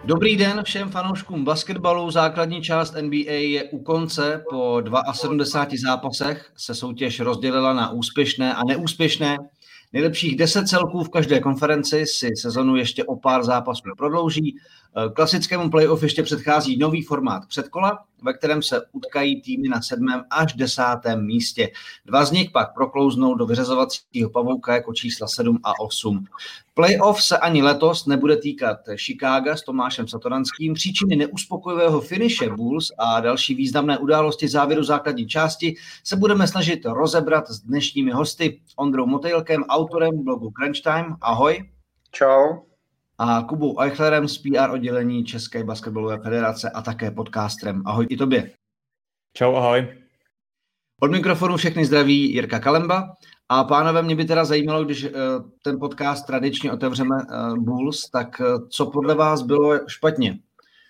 Dobrý den všem fanouškům basketbalu. Základní část NBA je u konce. Po 72 zápasech se soutěž rozdělila na úspěšné a neúspěšné. Nejlepších 10 celků v každé konferenci si sezonu ještě o pár zápasů prodlouží. Klasickému playoff ještě předchází nový formát předkola, ve kterém se utkají týmy na 7. až 10. místě. Dva z nich pak proklouznou do vyřazovacího pavouka jako čísla 7 a 8. Playoff se ani letos nebude týkat Chicaga s Tomášem Satoranským. Příčiny neuspokojivého finiše Bulls a další významné události závěru základní části se budeme snažit rozebrat s dnešními hosty Ondrou Motejlkem, autorem blogu Crunch Time. Ahoj. Čau. A Kubou Eichlerem z PR oddělení České basketbalové federace a také podcasterem. Ahoj i tobě. Čau, ahoj. Od mikrofonu všechny zdraví Jirka Kalemba. A pánové, mě by teda zajímalo, když ten podcast tradičně otevřeme Bulls, tak co podle vás bylo špatně?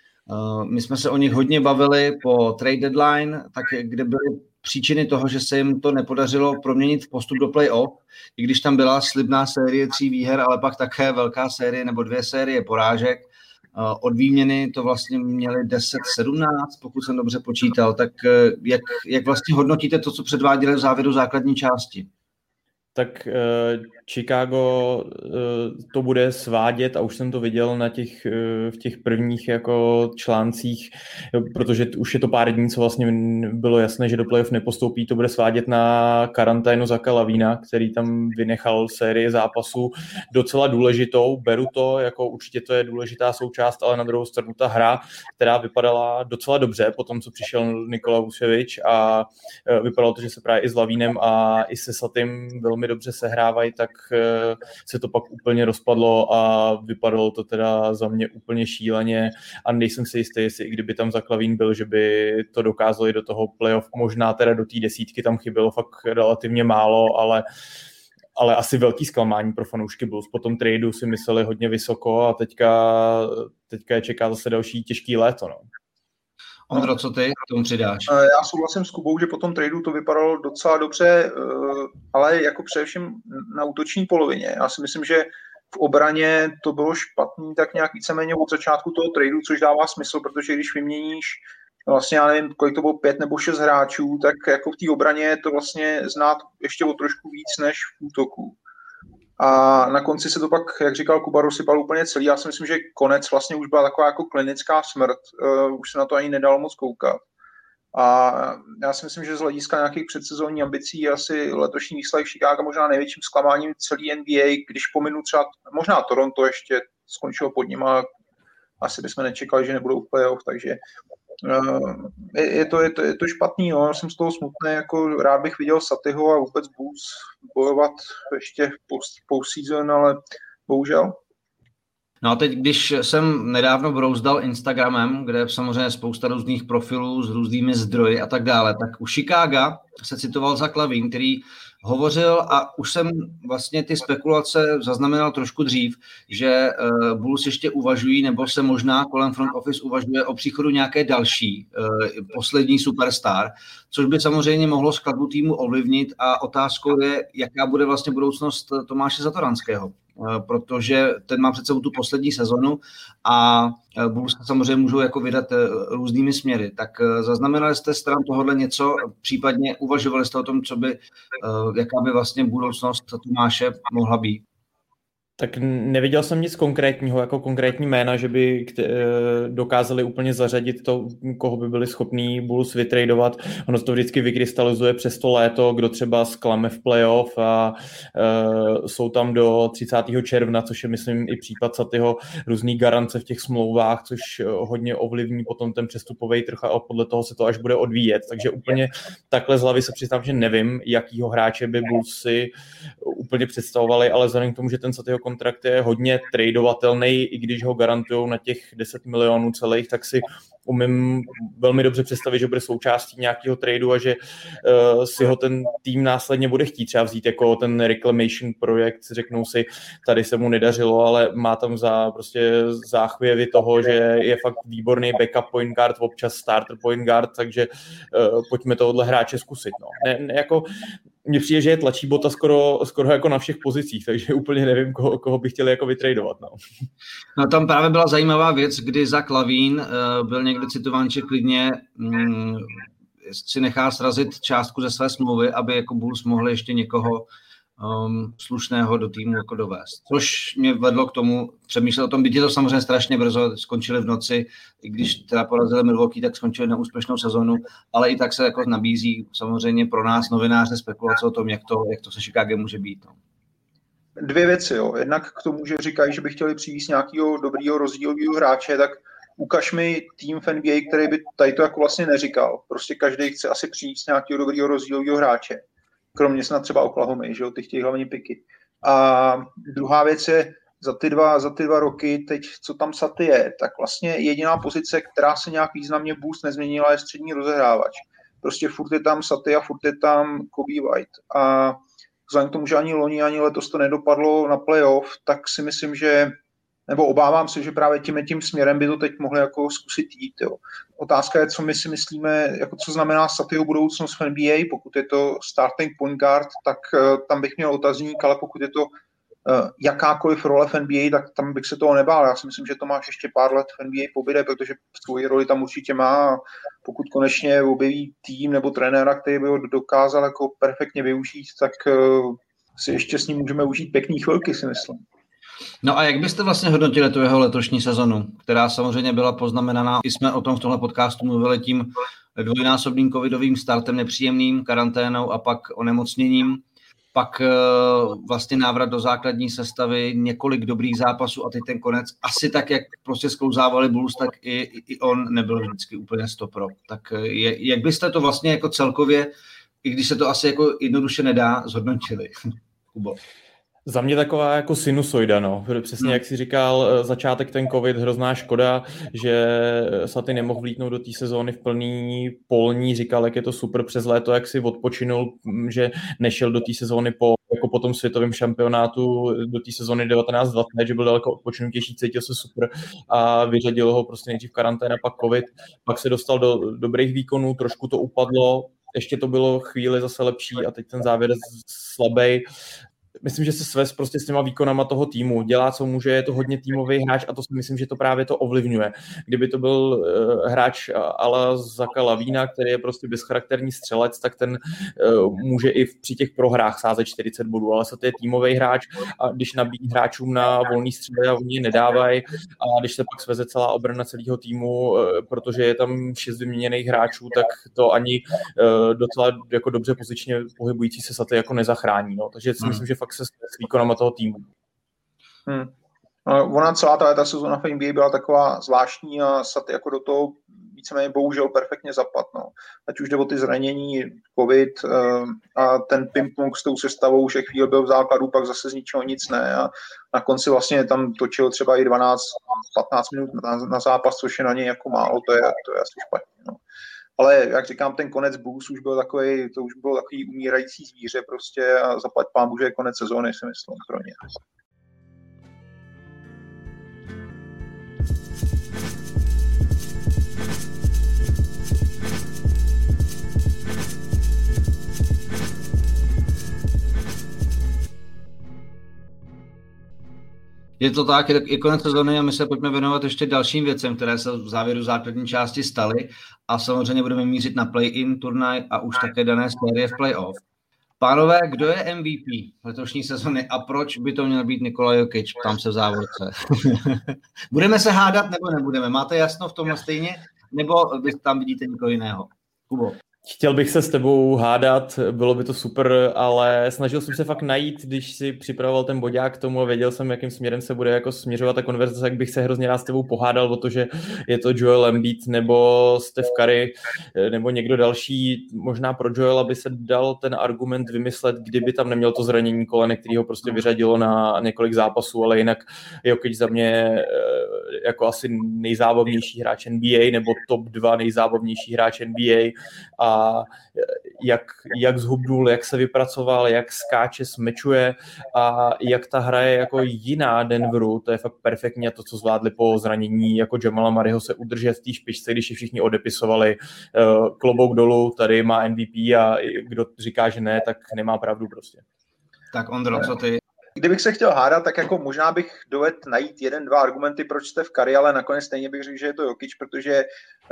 My jsme se o nich hodně bavili po trade deadline, tak kde byly příčiny toho, že se jim to nepodařilo proměnit v postup do play-off, i když tam byla slibná série 3 výher, ale pak také velká série nebo 2 série porážek. Od výměny to vlastně měli 10-17, pokud jsem dobře počítal. Tak jak vlastně hodnotíte to, co předváděli v závěru základní části? Tak Chicago to bude svádět a už jsem to viděl v těch prvních jako článcích, protože už je to pár dní, co vlastně bylo jasné, že do playoff nepostoupí, to bude svádět na karanténu Zaka Lavína, který tam vynechal sérii zápasů docela důležitou. Beru to, jako určitě to je důležitá součást, ale na druhou stranu ta hra, která vypadala docela dobře po tom, co přišel Nikola Vučevič a vypadalo to, že se právě i s Lavínem a i se Satym velmi dobře sehrávají, tak se to pak úplně rozpadlo a vypadalo to teda za mě úplně šíleně a nejsem si jistý, jestli i kdyby tam Zach Lavín byl, že by to dokázali do toho playoff, možná teda do té 10 tam chybělo fakt relativně málo, ale asi velký zklamání pro fanoušky Bulls. Po tom tradu si mysleli hodně vysoko a teďka je čeká zase další těžký léto. No. Ondro, co ty k tomu přidáš? Já souhlasím s Kubou, že po tom tradu to vypadalo docela dobře, ale jako především na útoční polovině. Já si myslím, že v obraně to bylo špatný tak nějak víceméně od začátku toho tradu, což dává smysl, protože když vyměníš vlastně, já nevím, kolik to bylo 5 nebo 6 hráčů, tak jako v té obraně je to vlastně znát ještě o trošku víc než v útoku. A na konci se to pak, jak říkal Kuba, rozsypal úplně celý. Já si myslím, že konec vlastně už byla taková jako klinická smrt. Už se na to ani nedalo moc koukat. A já si myslím, že z hlediska nějakých předsezónních ambicí je asi letošní výsledek Chicago možná největším zklamáním celý NBA, když pominu třeba, možná Toronto ještě skončilo pod ním a asi bychom nečekali, že nebudou playoff, takže je to špatný, no. Já jsem z toho smutný, jako rád bych viděl Satyho a vůbec Bulls bojovat ještě postseason, ale bohužel. No a teď, když jsem nedávno brouzdal Instagramem, kde je samozřejmě spousta různých profilů s různými zdroji a tak dále, tak u Chicaga se citoval Zach Lavin, který hovořil a už jsem vlastně ty spekulace zaznamenal trošku dřív, že Bulls ještě uvažují, nebo se možná kolem front office uvažuje o příchodu nějaké další poslední superstar, což by samozřejmě mohlo skladbu týmu ovlivnit a otázkou je, jaká bude vlastně budoucnost Tomáše Satoranského, protože ten má před sebou tu poslední sezonu a Bulls samozřejmě můžou jako vydat různými směry. Tak zaznamenali jste stran tohohle něco, případně uvažovali jste o tom, jaká by vlastně budoucnost Tomáše mohla být? Tak neviděl jsem nic konkrétního, jako konkrétní jména, že by dokázali úplně zařadit to, koho by byli schopní Bulls vytradovat. Ono to vždycky vykrystalizuje přes to léto, kdo třeba zklame v playoff a jsou tam do 30. června, což je, myslím, i případ Satyho, různý garance v těch smlouvách, což hodně ovlivní potom ten přestupový trh a podle toho se to až bude odvíjet. Takže úplně takhle z hlavy se přiznám, že nevím, jakýho hráče by Bulls si úplně představovali, ale vzhledem k tomu, že ten Satyho kontrakt je hodně tradovatelný, i když ho garantujou na těch 10 milionů celých, tak si umím velmi dobře představit, že bude součástí nějakého tradu a že si ho ten tým následně bude chtít třeba vzít jako ten reclamation projekt, řeknou si, tady se mu nedařilo, ale má tam prostě záchvěvy toho, že je fakt výborný backup point guard, občas starter point guard, takže pojďme tohohle hráče zkusit. No. Jako mně přijde, že je tlačí bota skoro jako na všech pozicích, takže úplně nevím, koho by chtěli jako vytradovat. No tam právě byla zajímavá věc, kdy Zach LaVine byl někde citován, že klidně si nechá srazit částku ze své smlouvy, aby jako Bulls mohli ještě někoho slušného do týmu jako dovést. Což mě vedlo k tomu přemýšlet o tom, byť je to samozřejmě strašně brzo, skončili v noci, i když teda porazili Milwaukee, tak skončili na úspěšnou sezonu, ale i tak se jako nabízí samozřejmě pro nás novináře spekulace o tom, jak to se Chicago může být. No. Dvě věci, jo. Jednak k tomu, že říkají, že by chtěli přivést nějakého dobrýho rozdílového hráče, tak ukaž mi tým v NBA, který by tady to jako vlastně neříkal. Prostě každý chce asi přivést nějakého dobrýho rozdílového hráče. Kromě snad třeba Oklahomy, že jo, ty chtějí hlavně piky. A druhá věc je, za ty dva roky, teď co tam Saty je, tak vlastně jediná pozice, která se nějak významně Bulls nezměnila, je střední rozehrávač. Prostě furt je tam Saty a furt je tam Kobe White. A vzhledem k tomu, že ani loni, ani letos to nedopadlo na playoff, tak si myslím, že nebo obávám se, že právě tím směrem by to teď mohli jako zkusit jít. Jo. Otázka je, co my si myslíme, jako co znamená Satyho budoucnost v NBA. Pokud je to starting point guard, tak tam bych měl otazník, ale pokud je to jakákoliv role v NBA, tak tam bych se toho nebál. Já si myslím, že Tomáš ještě pár let v NBA pobyde, protože svoji roli tam určitě má. Pokud konečně objeví tým nebo trenéra, který by ho dokázal jako perfektně využít, tak si ještě s ním můžeme užít pěkný chvilky, si myslím. No a jak byste vlastně hodnotili tu jeho letošní sezonu, která samozřejmě byla poznamenaná, i jsme o tom v tomhle podcastu mluvili, tím dvojnásobným covidovým startem, nepříjemným, karanténou a pak onemocněním, pak vlastně návrat do základní sestavy, několik dobrých zápasů a teď ten konec. Asi tak, jak prostě sklouzávali Bulls, tak i on nebyl vždycky úplně 100%. Tak jak byste to vlastně jako celkově, i když se to asi jako jednoduše nedá, zhodnotili? Kubo. Za mě taková jako sinusoida, no. Přesně jak jsi říkal, začátek ten covid, hrozná škoda, že Saty nemohl vlítnout do té sezóny v plný polní, říkal, jak je to super přes léto, jak si odpočinul, že nešel do té sezóny po tom světovém šampionátu do té sezóny 19-20, že byl daleko odpočinutější, cítil se super a vyřadil ho prostě nejdřív karanténa, pak covid, pak se dostal do dobrých výkonů, trošku to upadlo, ještě to bylo chvíli zase lepší a teď ten závěr slabý. Myslím, že se svez prostě s těma výkonama toho týmu dělá, co může, je to hodně týmový hráč a to si myslím, že to právě to ovlivňuje. Kdyby to byl hráč a la Zacha LaVina, který je prostě bezcharakterní střelec, tak ten může i při těch prohrách sázet 40 bodů, ale to je týmový hráč a když nabíjí hráčům na volný střely a oni je nedávají a když se pak sveze celá obrana celého týmu, protože je tam 6 vyměněných hráčů, tak to ani docela jako dobře pozičně pohybující se Saty jako nezachrání. No. Takže si myslím, že fakt se s výkonama toho týmu. Ona celá ta sezóna v NBA byla taková zvláštní a Saty jako do toho víceméně bohužel perfektně zapad. No. Ať už jde o ty zranění, covid a ten ping-pong s tou sestavou, že chvíli byl v základu, pak zase z ničeho nic ne a na konci vlastně tam točil třeba i 12-15 minut na zápas, což je na něj jako málo, to je asi špatně. No. Ale jak říkám, ten konec Bulls už byl takový, to už bylo takový umírající zvíře prostě a zaplať pán Bůh, že je konec sezóny, si myslím, pro ně. Je to tak, je konec sezóny a my se pojďme věnovat ještě dalším věcem, které se v závěru základní části staly a samozřejmě budeme mířit na play-in turnaj a už také dané série v play-off. Pánové, kdo je MVP letošní sezony a proč by to měl být Nikola Jokic? Ptám se v závorce. Budeme se hádat nebo nebudeme? Máte jasno v tomhle stejně? Nebo vy tam vidíte někoho jiného? Kubo. Chtěl bych se s tebou hádat, bylo by to super, ale snažil jsem se fakt najít, když si připravoval ten bodák k tomu a věděl jsem, jakým směrem se bude jako směřovat ta konverzace, jak bych se hrozně rád s tebou pohádal o to, že je to Joel Embiid nebo Steph Curry nebo někdo další. Možná pro Joela by se dal ten argument vymyslet, kdyby tam neměl to zranění kolene, který ho prostě vyřadilo na několik zápasů, ale jinak Jokic za mě jako asi nejzábavnější hráč NBA nebo top 2 nejzábavnější hráč NBA a jak zhubnul, jak se vypracoval, jak skáče, smečuje a jak ta hra je jako jiná Denveru, to je fakt perfektní a to, co zvládli po zranění jako Jamala Murrayho se udržet v té špičce, když je všichni odepisovali. Klobouk dolů, tady má MVP a kdo říká, že ne, tak nemá pravdu prostě. Tak Ondro, co ty? Kdybych se chtěl hádat, tak jako možná bych dovedl najít 1-2 argumenty, proč jste v Curry, ale nakonec stejně bych řekl, že je to Jokic, protože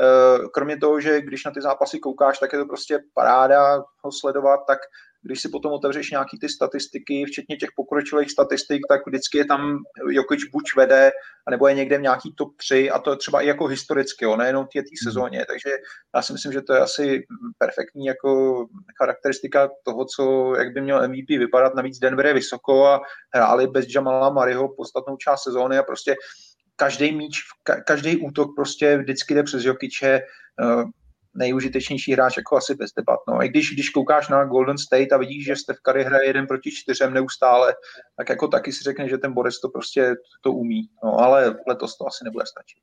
kromě toho, že když na ty zápasy koukáš, tak je to prostě paráda ho sledovat, tak když si potom otevřeš nějaký ty statistiky, včetně těch pokročilých statistik, tak vždycky je tam Jokic buď vede, anebo je někde v nějaký top 3 a to je třeba i jako historicky, nejenom v té sezóně, takže já si myslím, že to je asi perfektní jako charakteristika toho, jak by měl MVP vypadat, navíc Denver je vysoko a hráli bez Jamala Murrayho podstatnou část sezóny a prostě každý míč, každý útok prostě vždycky jde přes Jokiče, nejužitečnější hráč jako asi bez debat. No. I když koukáš na Golden State a vidíš, že Steph Curry hraje 1-4 neustále, tak jako taky si řekne, že ten Boris to prostě to umí. No, ale letos to asi nebude stačit.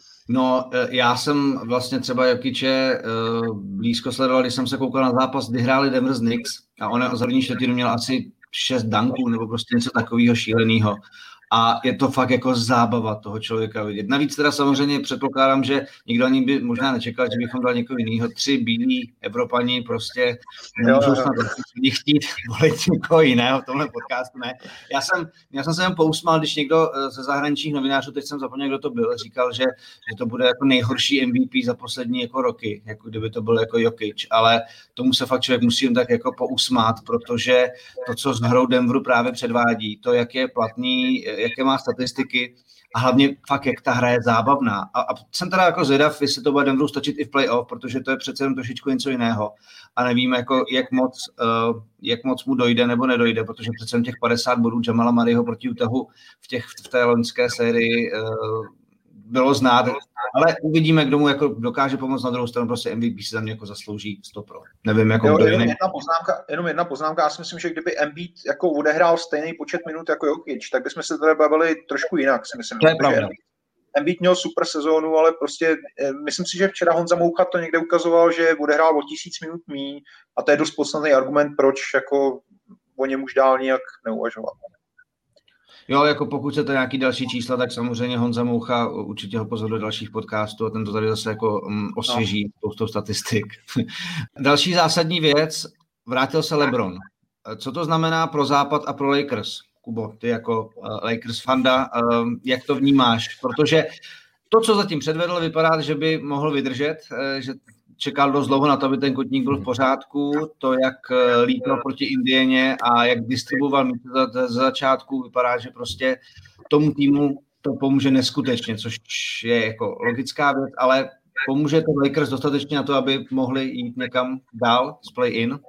No, já jsem vlastně třeba Jokiče blízko sledoval, když jsem se koukal na zápas, kdy hráli Denver z Knicks a on za první čtvrtinu měl asi 6 dunků nebo prostě něco takového šíleného. A je to fakt jako zábava toho člověka vidět. Navíc teda samozřejmě předpokládám, že nikdo ani by možná nečekal, že bychom dali někoho jiného. 3 bílí Evropani prostě nemůžou snad chtít volit někoho jiného v tomhle podcastu. Ne. Já jsem se jen pousmál, když někdo ze zahraničních novinářů, teď jsem zapomněl, kdo to byl, říkal, že to bude jako nejhorší MVP za poslední jako roky, jako kdyby to byl jako Jokic, ale tomu se fakt člověk musí tak jako pousmát, protože to, co s hrou Denveru právě předvádí, to, jak je platný, jaké má statistiky a hlavně fakt, jak ta hra je zábavná. A jsem teda jako zvědav, jestli to bude Denveru stačit i v playoff, protože to je přece jen trošičku něco jiného. A nevíme, jako, jak moc mu dojde nebo nedojde, protože přece jen těch 50 bodů Jamala Murrayho proti Utahu v té loňské sérii bylo znát. Ale uvidíme, kdo mu jako dokáže pomoct. Na druhou stranu prostě MVP si za mě jako zaslouží 100%. Nevím, jako kdo jiný. Jenom jedna poznámka. Já si myslím, že kdyby Embiid jako odehrál stejný počet minut jako Jokic, tak bychom se tady bavili trošku jinak, si myslím. To je pravda. Embiid měl super sezónu, ale prostě myslím si, že včera Honza Moucha to někde ukazoval, že odehrál o 1000 minut míň a to je dost podstatný argument, proč jako o něm už dál nijak neuvažovat. Jo, jako pokud chcete nějaký další čísla, tak samozřejmě Honza Moucha určitě ho pozor do dalších podcastů a ten to tady zase jako osvěží spoustou statistik. Další zásadní věc, vrátil se LeBron. Co to znamená pro Západ a pro Lakers? Kubo, ty jako Lakers fanda, jak to vnímáš? Protože to, co zatím předvedl, vypadá, že by mohl vydržet, že čekal dost dlouho na to, aby ten kotník byl v pořádku. To, jak lípil proti Indianě a jak distribuoval míče ze začátku, vypadá, že prostě tomu týmu to pomůže neskutečně, což je jako logická věc, ale pomůže to Lakers dostatečně na to, aby mohli jít někam dál z play-in?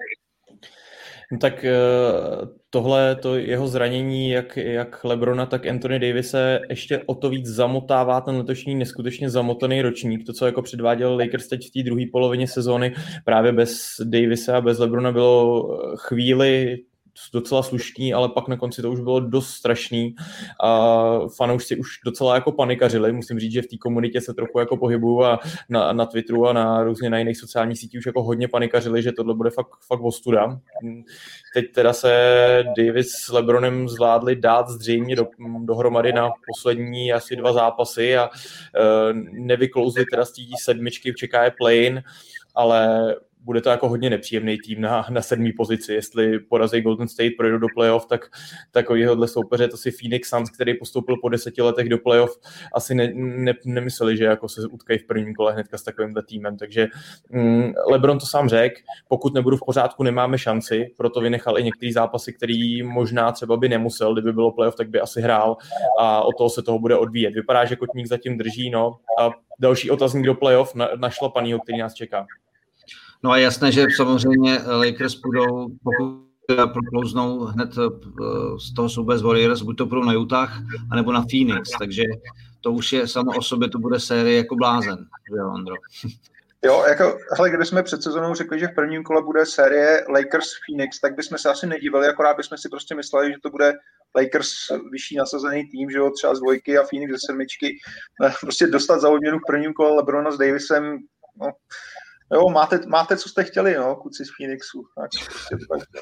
No tak tohle, to jeho zranění, jak LeBrona, tak Anthony Davise ještě o to víc zamotává ten letošní neskutečně zamotaný ročník. To, co jako předváděl Lakers teď v té druhé polovině sezóny, právě bez Davise a bez LeBrona bylo chvíli docela slušný, ale pak na konci to už bylo dost strašný a fanoušci už docela jako panikařili. Musím říct, že v té komunitě se trochu jako pohybuju a na Twitteru a na různě na jiných sociálních sítích už jako hodně panikařili, že tohle bude fakt ostuda. Teď teda se Davis s LeBronem zvládli dát zřejmě dohromady na poslední asi 2 zápasy a nevyklouzli teda z té 7, čeká je play-in, ale bude to jako hodně nepříjemný tým na 7. pozici. Jestli porazí Golden State, projdou do playoff, tak takovýhle soupeře, to si Phoenix Suns, který postoupil po 10 letech do playoff, asi nemysleli, že jako se utkají v prvním kole hnedka s takovýmhle týmem. Takže LeBron to sám řekl, pokud nebudu v pořádku, nemáme šanci, proto vynechal i některé zápasy, který možná třeba by nemusel, kdyby bylo playoff, tak by asi hrál a od toho se toho bude odvíjet. Vypadá, že kotník zatím drží, no a další otazník do playoff našlapanýho, který nás čeká. No a jasné, že samozřejmě Lakers budou, pokud proklouznou hned z toho souboje s Warriors, buď to budou na Utah, anebo na Phoenix, takže to už je samo o sobě, to bude série jako blázen, jo, Ondro? Jo, jako, hele, když jsme před sezónou řekli, že v prvním kole bude série Lakers-Phoenix, tak bychom se asi nedívali, akorát bychom si prostě mysleli, že to bude Lakers vyšší nasazený tým, že jo, třeba z 2 a Phoenix ze 7. Prostě dostat za odměnu v prvním kole LeBrona s Davisem, no, jo, máte, co jste chtěli, no, kluci z Phoenixu. Tak, prostě tak.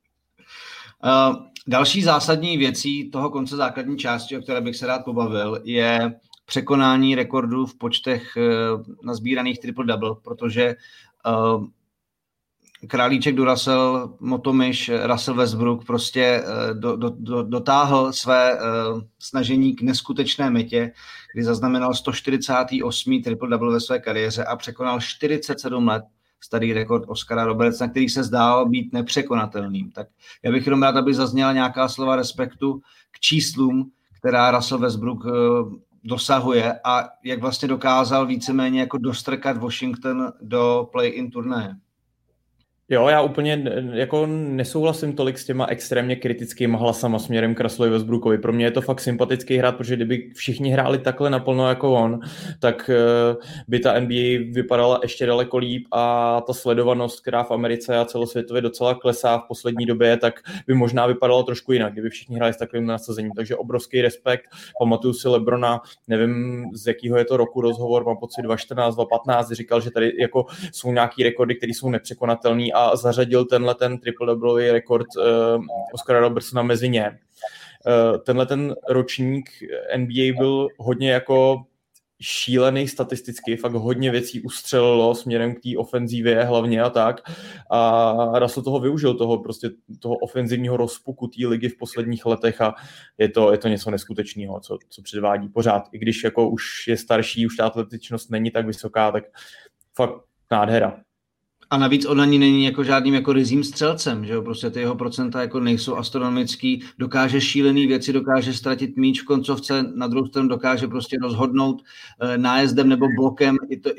Další zásadní věcí toho konce základní části, o které bych se rád pobavil, je překonání rekordů v počtech nazbíraných triple-double, protože králíček Duracell, motomyš Russell Westbrook prostě dotáhl své snažení k neskutečné metě, kdy zaznamenal 148. triple-double ve své kariéře a překonal 47 let starý rekord Oscara Robertsona, který se zdál být nepřekonatelným. Tak já bych jenom rád, aby zazněla nějaká slova respektu k číslům, která Russell Westbrook dosahuje a jak vlastně dokázal víceméně jako dostrkat Washington do play-in turnaje. Jo, já úplně jako nesouhlasím tolik s těma extrémně kritickými hlasama směrem k Russellovi Westbrookovi. Pro mě je to fakt sympatický hrát, protože kdyby všichni hráli takhle naplno jako on, tak by ta NBA vypadala ještě daleko líp a ta sledovanost, která v Americe a celosvětově docela klesá v poslední době, tak by možná vypadalo trošku jinak, kdyby všichni hráli s takovým nasazením. Takže obrovský respekt. Pamatuju si LeBrona, nevím z jakého je to roku rozhovor, mám pocit 2014, 2015, říkal, že tady jako jsou nějaký rekordy, které jsou nepřekonatelné a zařadil tenhle ten triple-doublový rekord Oscara Robertsona mezi ně. Tenhle ten ročník NBA byl hodně jako šílený statisticky, fakt hodně věcí ustřelilo směrem k té ofenzívě hlavně a tak. A Russell toho využil, toho ofenzivního rozpuku té ligy v posledních letech a je to něco neskutečného, co předvádí pořád. I když jako už je starší, už ta atletičnost není tak vysoká, tak fakt nádhera. A navíc on ani není jako žádným jako ryzím střelcem, že jo, prostě ty jeho procenta jako nejsou astronomický, dokáže šílený věci, dokáže ztratit míč v koncovce, na druhou stranu dokáže prostě rozhodnout nájezdem nebo blokem,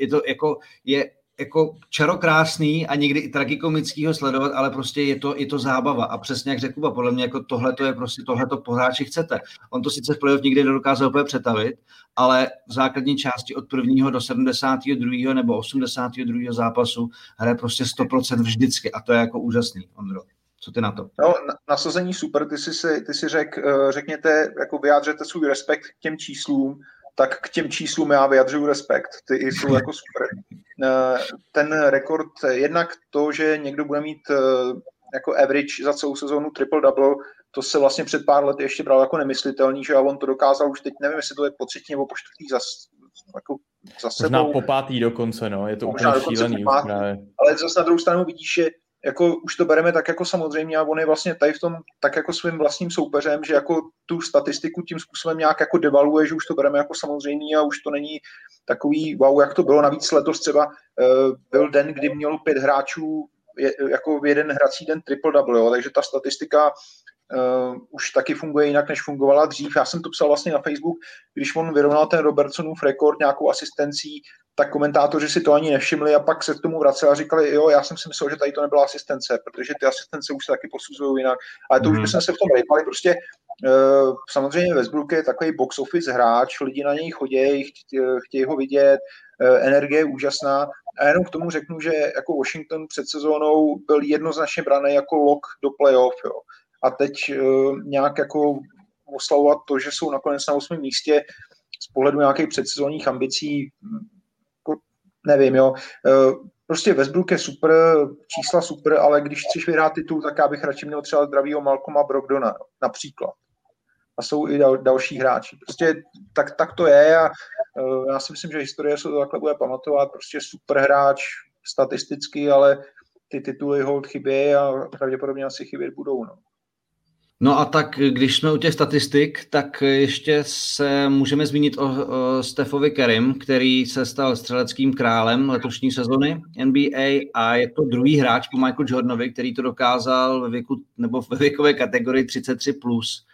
je jako čarokrásný a někdy i tragikomický ho sledovat, ale prostě je to zábava a přesně jak řekl, podle mě jako tohleto je prostě tohleto po hráči chcete. On to sice v playoff nikdy nedokázal úplně přetavit, ale v základní části od 1. do 72. nebo 82. zápasu hraje prostě 100% vždycky a to je jako úžasný, Ondro. Co ty na to? No, nasazení super, ty si řekněte, jako vyjádřete svůj respekt k těm číslům, tak k těm číslům já vyjadřuju respekt. Ty jsou jako super. Ten rekord, jednak to, že někdo bude mít jako average za celou sezónu triple-double, to se vlastně před pár lety ještě bral jako nemyslitelný, že a on to dokázal už teď, nevím, jestli to je po 3. nebo po 4. za sebou. Možná po 5. dokonce, no, je to úplně šílený. Ale zase na druhou stranu vidíš, že jako už to bereme tak jako samozřejmě a on je vlastně tady v tom tak jako svým vlastním soupeřem, že jako tu statistiku tím způsobem nějak jako devaluje, že už to bereme jako samozřejmě a už to není takový wow, jak to bylo. Navíc letos třeba byl den, kdy mělo 5 hráčů jako v jeden hrací den triple-double, jo, takže ta statistika už taky funguje jinak, než fungovala dřív. Já jsem to psal vlastně na Facebook, když on vyrovnal ten Robertsonův rekord nějakou asistencí, tak komentátoři si to ani nevšimli a pak se k tomu vraceli a říkali, jo, já jsem si myslel, že tady to nebyla asistence, protože ty asistence už se taky posuzují jinak. Ale to už bychom se v tom rejpali. Prostě samozřejmě Westbrook je takový box office hráč, lidi na něj chodí, chtějí ho vidět, energie je úžasná. A jenom k tomu řeknu, že jako Washington před sezónou byl jednoznačně braný jako lock do playoff, jo. A teď nějak jako oslavovat to, že jsou nakonec na 8. místě z pohledu nějakých předsezónních ambicí, jako nevím, jo. Prostě Westbrook je super, čísla super, ale když chceš vyhrát titul, tak já bych radši měl třeba zdravýho Malcolma Brogdona, například. A jsou i další hráči. Prostě tak to je a já si myslím, že historie se to takhle bude pamatovat. Prostě super hráč statisticky, ale ty tituly hold chybějí a pravděpodobně asi chybět budou, no. No a tak, když jsme u těch statistik, tak ještě se můžeme zmínit o Stephovi Currym, který se stal střeleckým králem letošní sezony NBA a je to druhý hráč po Michael Jordanovi, který to dokázal ve věku nebo ve věkové kategorii 33+.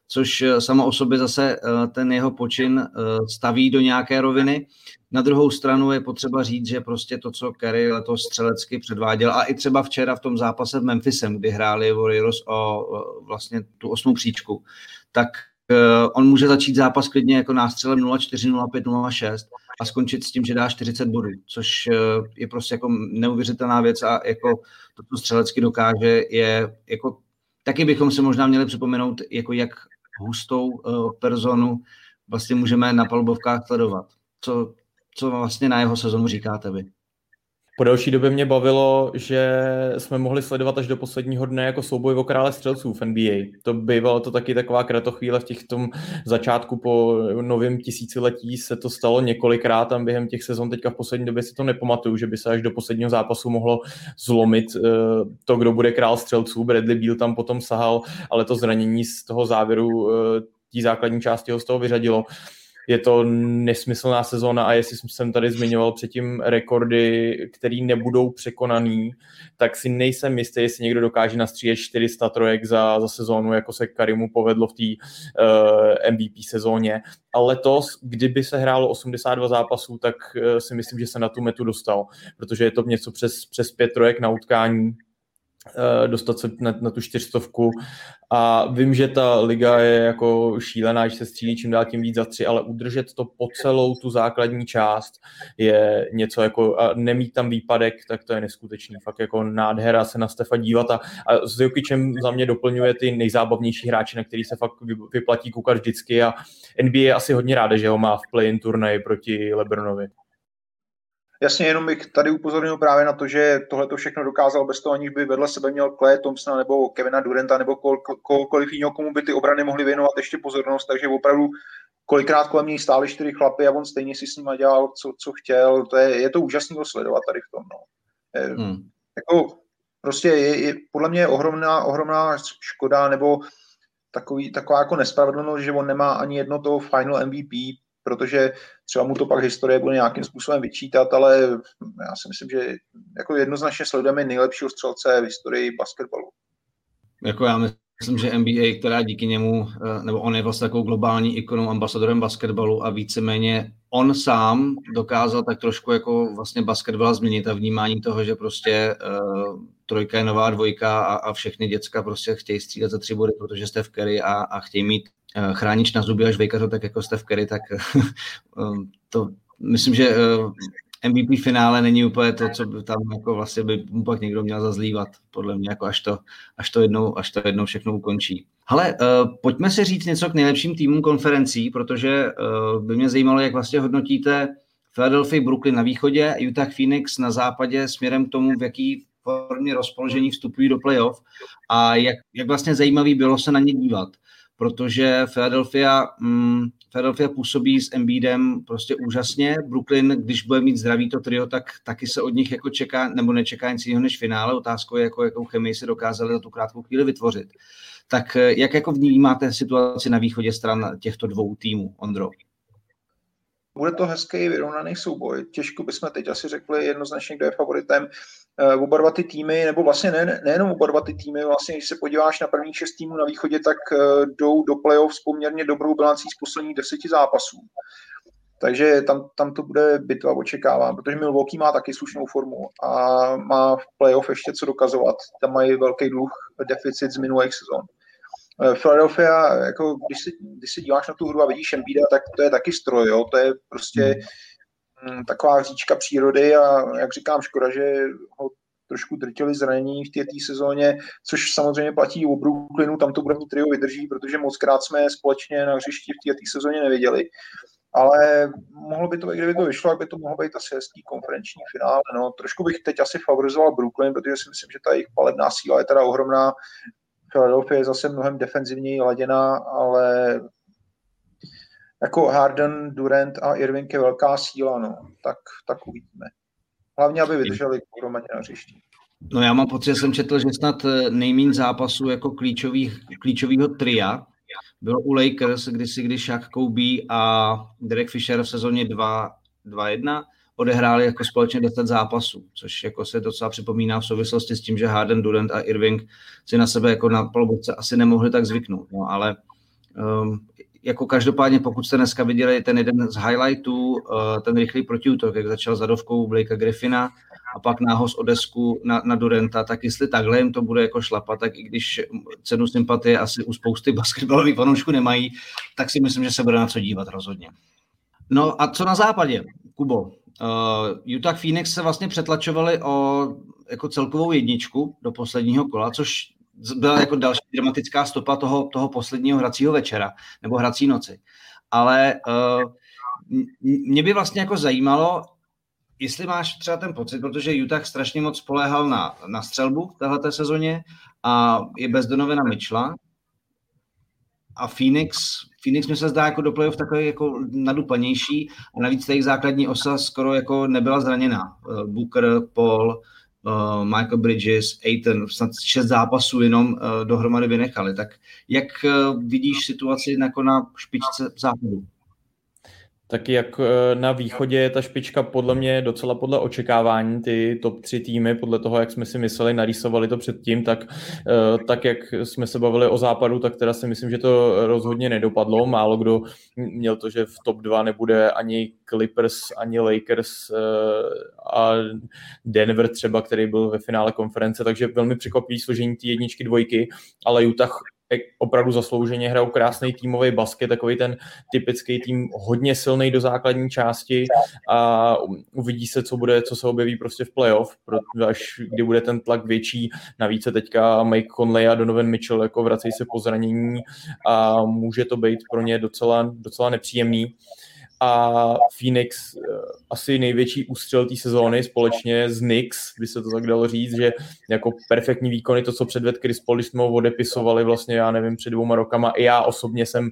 což samo o sobě zase ten jeho počin staví do nějaké roviny. Na druhou stranu je potřeba říct, že prostě to, co Curry letos střelecky předváděl, a i třeba včera v tom zápase v Memphisem, kdy hráli Warriors o vlastně tu 8. příčku, tak on může začít zápas klidně jako nástřelem 0-4, 0-5, 0-6 a skončit s tím, že dá 40 bodů, což je prostě jako neuvěřitelná věc a jako to, co střelecky dokáže, je jako taky bychom se možná měli připomenout, jako jak hustou personu vlastně můžeme na palubovkách sledovat. Co vlastně na jeho sezonu říkáte vy? Po delší době mě bavilo, že jsme mohli sledovat až do posledního dne jako souboj o krále střelců v NBA. To bývalo to taky taková kratochvíle v tom začátku po novém tisíciletí se to stalo několikrát tam během těch sezon. Teďka v poslední době si to nepamatuju, že by se až do posledního zápasu mohlo zlomit to, kdo bude král střelců. Bradley Beal tam potom sahal, ale to zranění z toho závěru té základní části ho z toho vyřadilo. Je to nesmyslná sezóna a jestli jsem tady zmiňoval předtím rekordy, které nebudou překonaný, tak si nejsem jistý, jestli někdo dokáže nastřílet 400 trojek za sezónu, jako se Currymu povedlo v té MVP sezóně. A letos, kdyby se hrálo 82 zápasů, tak si myslím, že se na tu metu dostal, protože je to něco přes 5 trojek na utkání, dostat se na tu 400 a vím, že ta liga je jako šílená, že se střílí čím dál tím víc za 3, ale udržet to po celou tu základní část je něco jako a nemít tam výpadek, tak to je neskutečný. Fakt jako nádhera se na Stefa dívat a s Jokicem za mě doplňuje ty nejzábavnější hráče, na který se fakt vyplatí koukat vždycky a NBA je asi hodně ráda, že ho má v play-in turnaji proti LeBronovi. Jasně, jenom bych tady upozornil právě na to, že tohle to všechno dokázal bez toho, aniž by vedle sebe měl Klay Thompsona nebo Kevina Duranta nebo kohokoliv jiného, komu by ty obrany mohly věnovat ještě pozornost, takže opravdu kolikrát kolem něj stáli 4 chlapy a on stejně si s nima dělal, co chtěl. Je to úžasný ho sledovat tady v tom. No. Jako, prostě je podle mě ohromná škoda nebo taková jako nespravedlnost, že on nemá ani jedno to final MVP, protože třeba mu to pak historie bude nějakým způsobem vyčítat, ale já si myslím, že jako jednoznačně sledujeme nejlepšího střelce v historii basketbalu. Jako já myslím, že NBA, která díky němu, nebo on je vlastně takovou globální ikonou, ambasadorem basketbalu a víceméně on sám dokázal tak trošku jako vlastně basketbal změnit a vnímání toho, že prostě trojka je nová dvojka a všechny děcka prostě chtějí střílet za 3 body, protože Steph Curry a chtějí mít chránič na zuby až vejkařo, tak jako Steph Curry, tak to myslím, že MVP finále není úplně to, co by tam jako vlastně by pak někdo měl zazlívat, podle mě, jako až to jednou všechno ukončí. Hele, pojďme si říct něco k nejlepším týmům konferencí, protože by mě zajímalo, jak vlastně hodnotíte Philadelphia, Brooklyn na východě, Utah, Phoenix na západě směrem k tomu, v jaký formě rozpoložení vstupují do playoff a jak vlastně zajímavý bylo se na ně dívat. Protože Philadelphia působí s Embiidem prostě úžasně. Brooklyn, když bude mít zdravý to trio, tak taky se od nich jako čeká, nebo nečeká nic jiného než finále. Otázkou je, jakou chemii si dokázali za tu krátkou chvíli vytvořit. Tak jak jako vnímáte situaci na východě stran těchto dvou týmů, Ondro? Bude to hezký vyrovnaný souboj. Těžko bychom teď asi řekli jednoznačně, kdo je favoritem. Oba dva ty týmy, nebo vlastně nejenom oba dva ty týmy, vlastně když se podíváš na prvních 6 týmů na východě, tak jdou do playoff s poměrně dobrou bilancí z posledních 10 zápasů. Takže tam to bude bitva, očekávám, protože Milwaukee má taky slušnou formu a má v playoff ještě co dokazovat. Tam mají velký dluh, deficit z minulých sezon. Philadelphia, jako když se díváš na tu hru a vidíš Embiida, tak to je taky stroj, jo? To je prostě taková říčka přírody a jak říkám, škoda, že ho trošku drtili zranění v té sezóně, což samozřejmě platí o Brooklynu, tam to bude mít trio vydrží, protože mockrát jsme společně na hřišti v té sezóně neviděli. Ale mohlo by to, kdyby to vyšlo, tak by to mohlo být asi hezký konferenční finále. No, trošku bych teď asi favorizoval Brooklyn, protože si myslím, že ta jejich palebná síla je teda ohromná. Philadelphia je zase mnohem defenzivněji laděná, ale jako Harden, Durant a Irving je velká síla, no, tak uvidíme. Hlavně, aby vydrželi pohromadě na hřišti. No já mám pocit, že jsem četl, že snad nejméně zápasů jako klíčového tria bylo u Lakers, když Shaq, Kobe a Derek Fisher v sezóně 2-1 odehráli jako společně 10 zápasů, což jako se docela připomíná v souvislosti s tím, že Harden, Durant a Irving si na sebe jako na palubovce asi nemohli tak zvyknout. No, ale Jako každopádně, pokud jste dneska viděli ten jeden z highlightů, ten rychlý protiútok, jak začal zadovkou Blakea Griffina a pak nához o desku na Duranta, tak jestli takhle jim to bude jako šlapat, tak i když cenu sympatie asi u spousty basketbalových fanoušků nemají, tak si myslím, že se bude na co dívat rozhodně. No a co na západě, Kubo? Utah Phoenix se vlastně přetlačovali o jako celkovou jedničku do posledního kola, což byla jako další dramatická stopa toho posledního hracího večera, nebo hrací noci. Ale mě by vlastně jako zajímalo, jestli máš třeba ten pocit, protože Utah strašně moc spoléhal na střelbu v téhleté sezóně a je bez Donovana Mitchella. A Phoenix mi se zdá jako do playoff takový jako nadupanější a navíc ta jejich základní osa skoro jako nebyla zraněná. Booker, Paul, Michael Bridges, Ayton, snad 6 zápasů jenom dohromady vynechali. Tak jak vidíš situaci jako na špičce západu? Taky jak na východě je ta špička podle mě docela podle očekávání, ty top 3 týmy, podle toho, jak jsme si mysleli, narýsovali to předtím, tak jak jsme se bavili o západu, tak teda si myslím, že to rozhodně nedopadlo. Málo kdo měl to, že v top 2 nebude ani Clippers, ani Lakers a Denver třeba, který byl ve finále konference, takže velmi překvapivý složení ty jedničky, dvojky, ale Utah opravdu zaslouženě hrajou krásný týmový basket, takový ten typický tým, hodně silný do základní části a uvidí se, co se objeví prostě v playoff, až kdy bude ten tlak větší. Navíc se teďka Mike Conley a Donovan Mitchell jako vracejí se po zranění a může to být pro ně docela nepříjemný. A Phoenix asi největší ústřel té sezóny společně s Knicks, by se to tak dalo říct, že jako perfektní výkony, to, co předvedl Chris Paul, když jsme ho odepisovali vlastně, já nevím, před 2 rokama. I já osobně jsem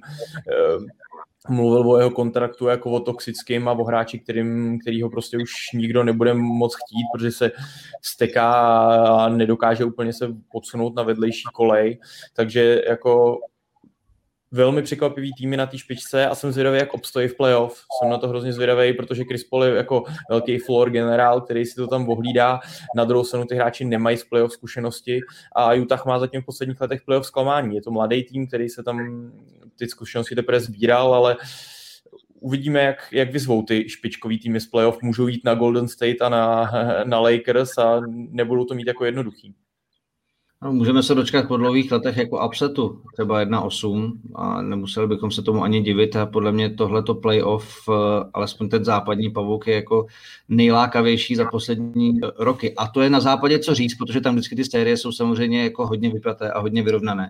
mluvil o jeho kontraktu jako o toxickým a o hráči, kterýho prostě už nikdo nebude moc chtít, protože se steká a nedokáže úplně se podsunout na vedlejší kolej. Takže jako velmi překvapivý týmy na té špičce a jsem zvědavý, jak obstojí v playoff. Jsem na to hrozně zvědavý, protože Chris Paul je jako velký floor generál, který si to tam ohlídá. Na druhou stranu ty hráči nemají z playoff zkušenosti a Utah má zatím v posledních letech playoff zklamání. Je to mladý tým, který se tam ty zkušenosti teprve sbíral, ale uvidíme, jak vyzvou ty špičkový týmy z playoff. Můžou jít na Golden State a na Lakers a nebudou to mít jako jednoduchý. No, můžeme se dočkat po dlouhých letech jako upsetu, třeba 1-8 a nemuseli bychom se tomu ani divit a podle mě tohleto playoff, alespoň ten západní pavouk je jako nejlákavější za poslední roky. A to je na západě co říct, protože tam vždycky ty série jsou samozřejmě jako hodně vypjaté a hodně vyrovnané.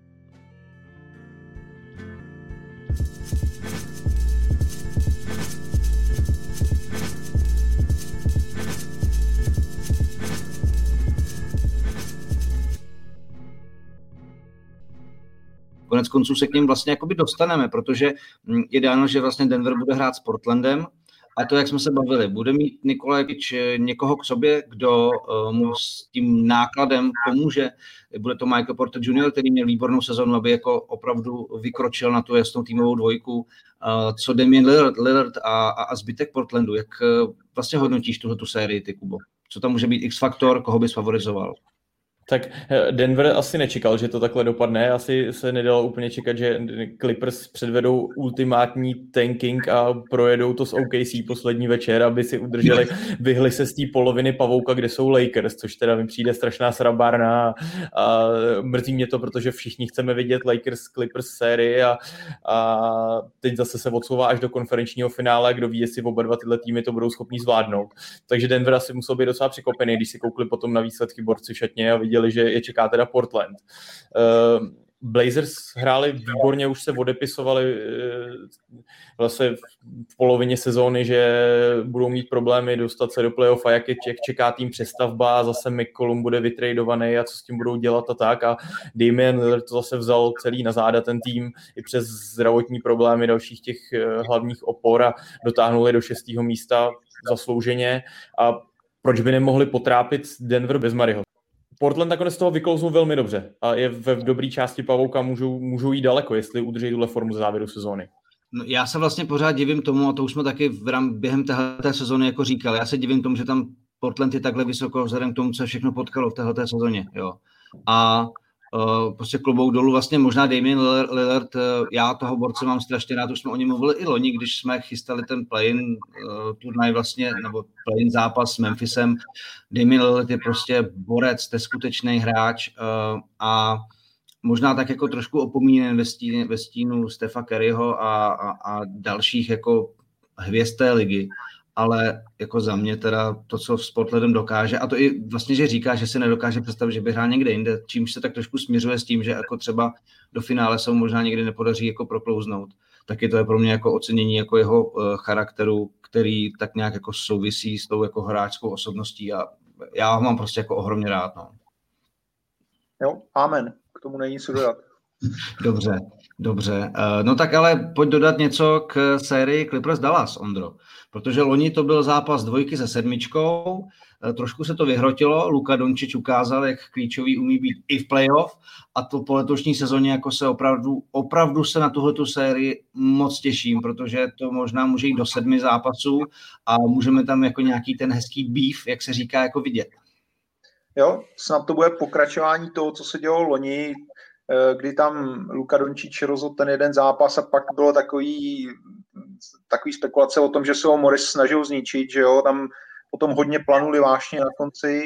Konec konců se k něm vlastně jakoby dostaneme, protože je dáno, že vlastně Denver bude hrát s Portlandem a to, jak jsme se bavili, bude mít Nikola Jokic někoho k sobě, kdo mu s tím nákladem pomůže. Bude to Michael Porter Jr., který měl výbornou sezonu, aby jako opravdu vykročil na tu jasnou týmovou dvojku. Co Damian Lillard a zbytek Portlandu, jak vlastně hodnotíš tuhletu sérii, ty, Kubo? Co tam může být X-faktor, koho bys favorizoval? Tak Denver asi nečekal, že to takhle dopadne. Asi se nedalo úplně čekat, že Clippers předvedou ultimátní tanking a projedou to s OKC poslední večer, aby si udrželi, vyhli se z té poloviny pavouka, kde jsou Lakers, což teda mi přijde strašná srabárna a mrzí mě to, protože všichni chceme vidět Lakers-Clippers sérii a teď zase se odsouvá až do konferenčního finále, kdo ví, jestli oba dva tyhle týmy to budou schopní zvládnout. Takže Denver asi musel být docela překvapený, když si koukli potom na výsledky borci v šatně a viděli, že je čeká teda Portland. Blazers hráli výborně, už se odepisovali vlastně v polovině sezóny, že budou mít problémy dostat se do playoff a jak čeká tým přestavba, zase McCollum bude vytradovaný a co s tím budou dělat a tak a Damian Lillard to zase vzal celý na záda ten tým i přes zdravotní problémy dalších těch hlavních opor a dotáhnuli do 6. místa zaslouženě a proč by nemohli potrápit Denver bez Murrayho? Portland nakonec z toho vyklouznul velmi dobře a je v dobré části pavouka, můžou jít daleko, jestli udrží tuhle formu z závěru sezóny. No, já se vlastně pořád divím tomu, a to už jsme taky během téhleté sezóny jako říkali, já se divím tomu, že tam Portland je takhle vysoko vzhledem k tomu, co všechno potkalo v téhleté sezóně. Jo. A prostě klobouk dolů, vlastně možná Damian Lillard, já toho borce mám strašně rád, už jsme o něm mluvili i loni, když jsme chystali ten play-in turnaj vlastně, nebo play-in zápas s Memphisem. Damian Lillard je prostě borec, neskutečný hráč a možná tak jako trošku opomínen ve stínu Stefa Curryho a dalších jako hvězd té ligy, ale jako za mě teda to, co s Portlandem dokáže, a to i vlastně, že říká, že si nedokáže představit, že by hrál někde jinde, čímž se tak trošku směřuje s tím, že jako třeba do finále se mu možná někdy nepodaří jako proklouznout, taky to je pro mě jako ocenění jako jeho charakteru, který tak nějak jako souvisí s tou jako hráčskou osobností a já ho mám prostě jako ohromně rád. No. Jo, amen. K tomu není co dodat. Dobře. No tak ale pojď dodat něco k sérii Clippers Dallas, Ondro. Protože loni to byl zápas 2 se 7, trošku se to vyhrotilo, Luka Dončić ukázal, jak klíčový umí být i v playoff a to po letošní sezóně jako se opravdu se na tuhletu sérii moc těším, protože to možná může jít do 7 zápasů a můžeme tam jako nějaký ten hezký beef, jak se říká, jako vidět. Jo, snad to bude pokračování toho, co se dělo loni, kdy tam Luka Dončić rozhodl ten jeden zápas a pak bylo takový spekulace o tom, že se ho Morris snažil zničit, že jo, tam potom hodně planuli vášně na konci.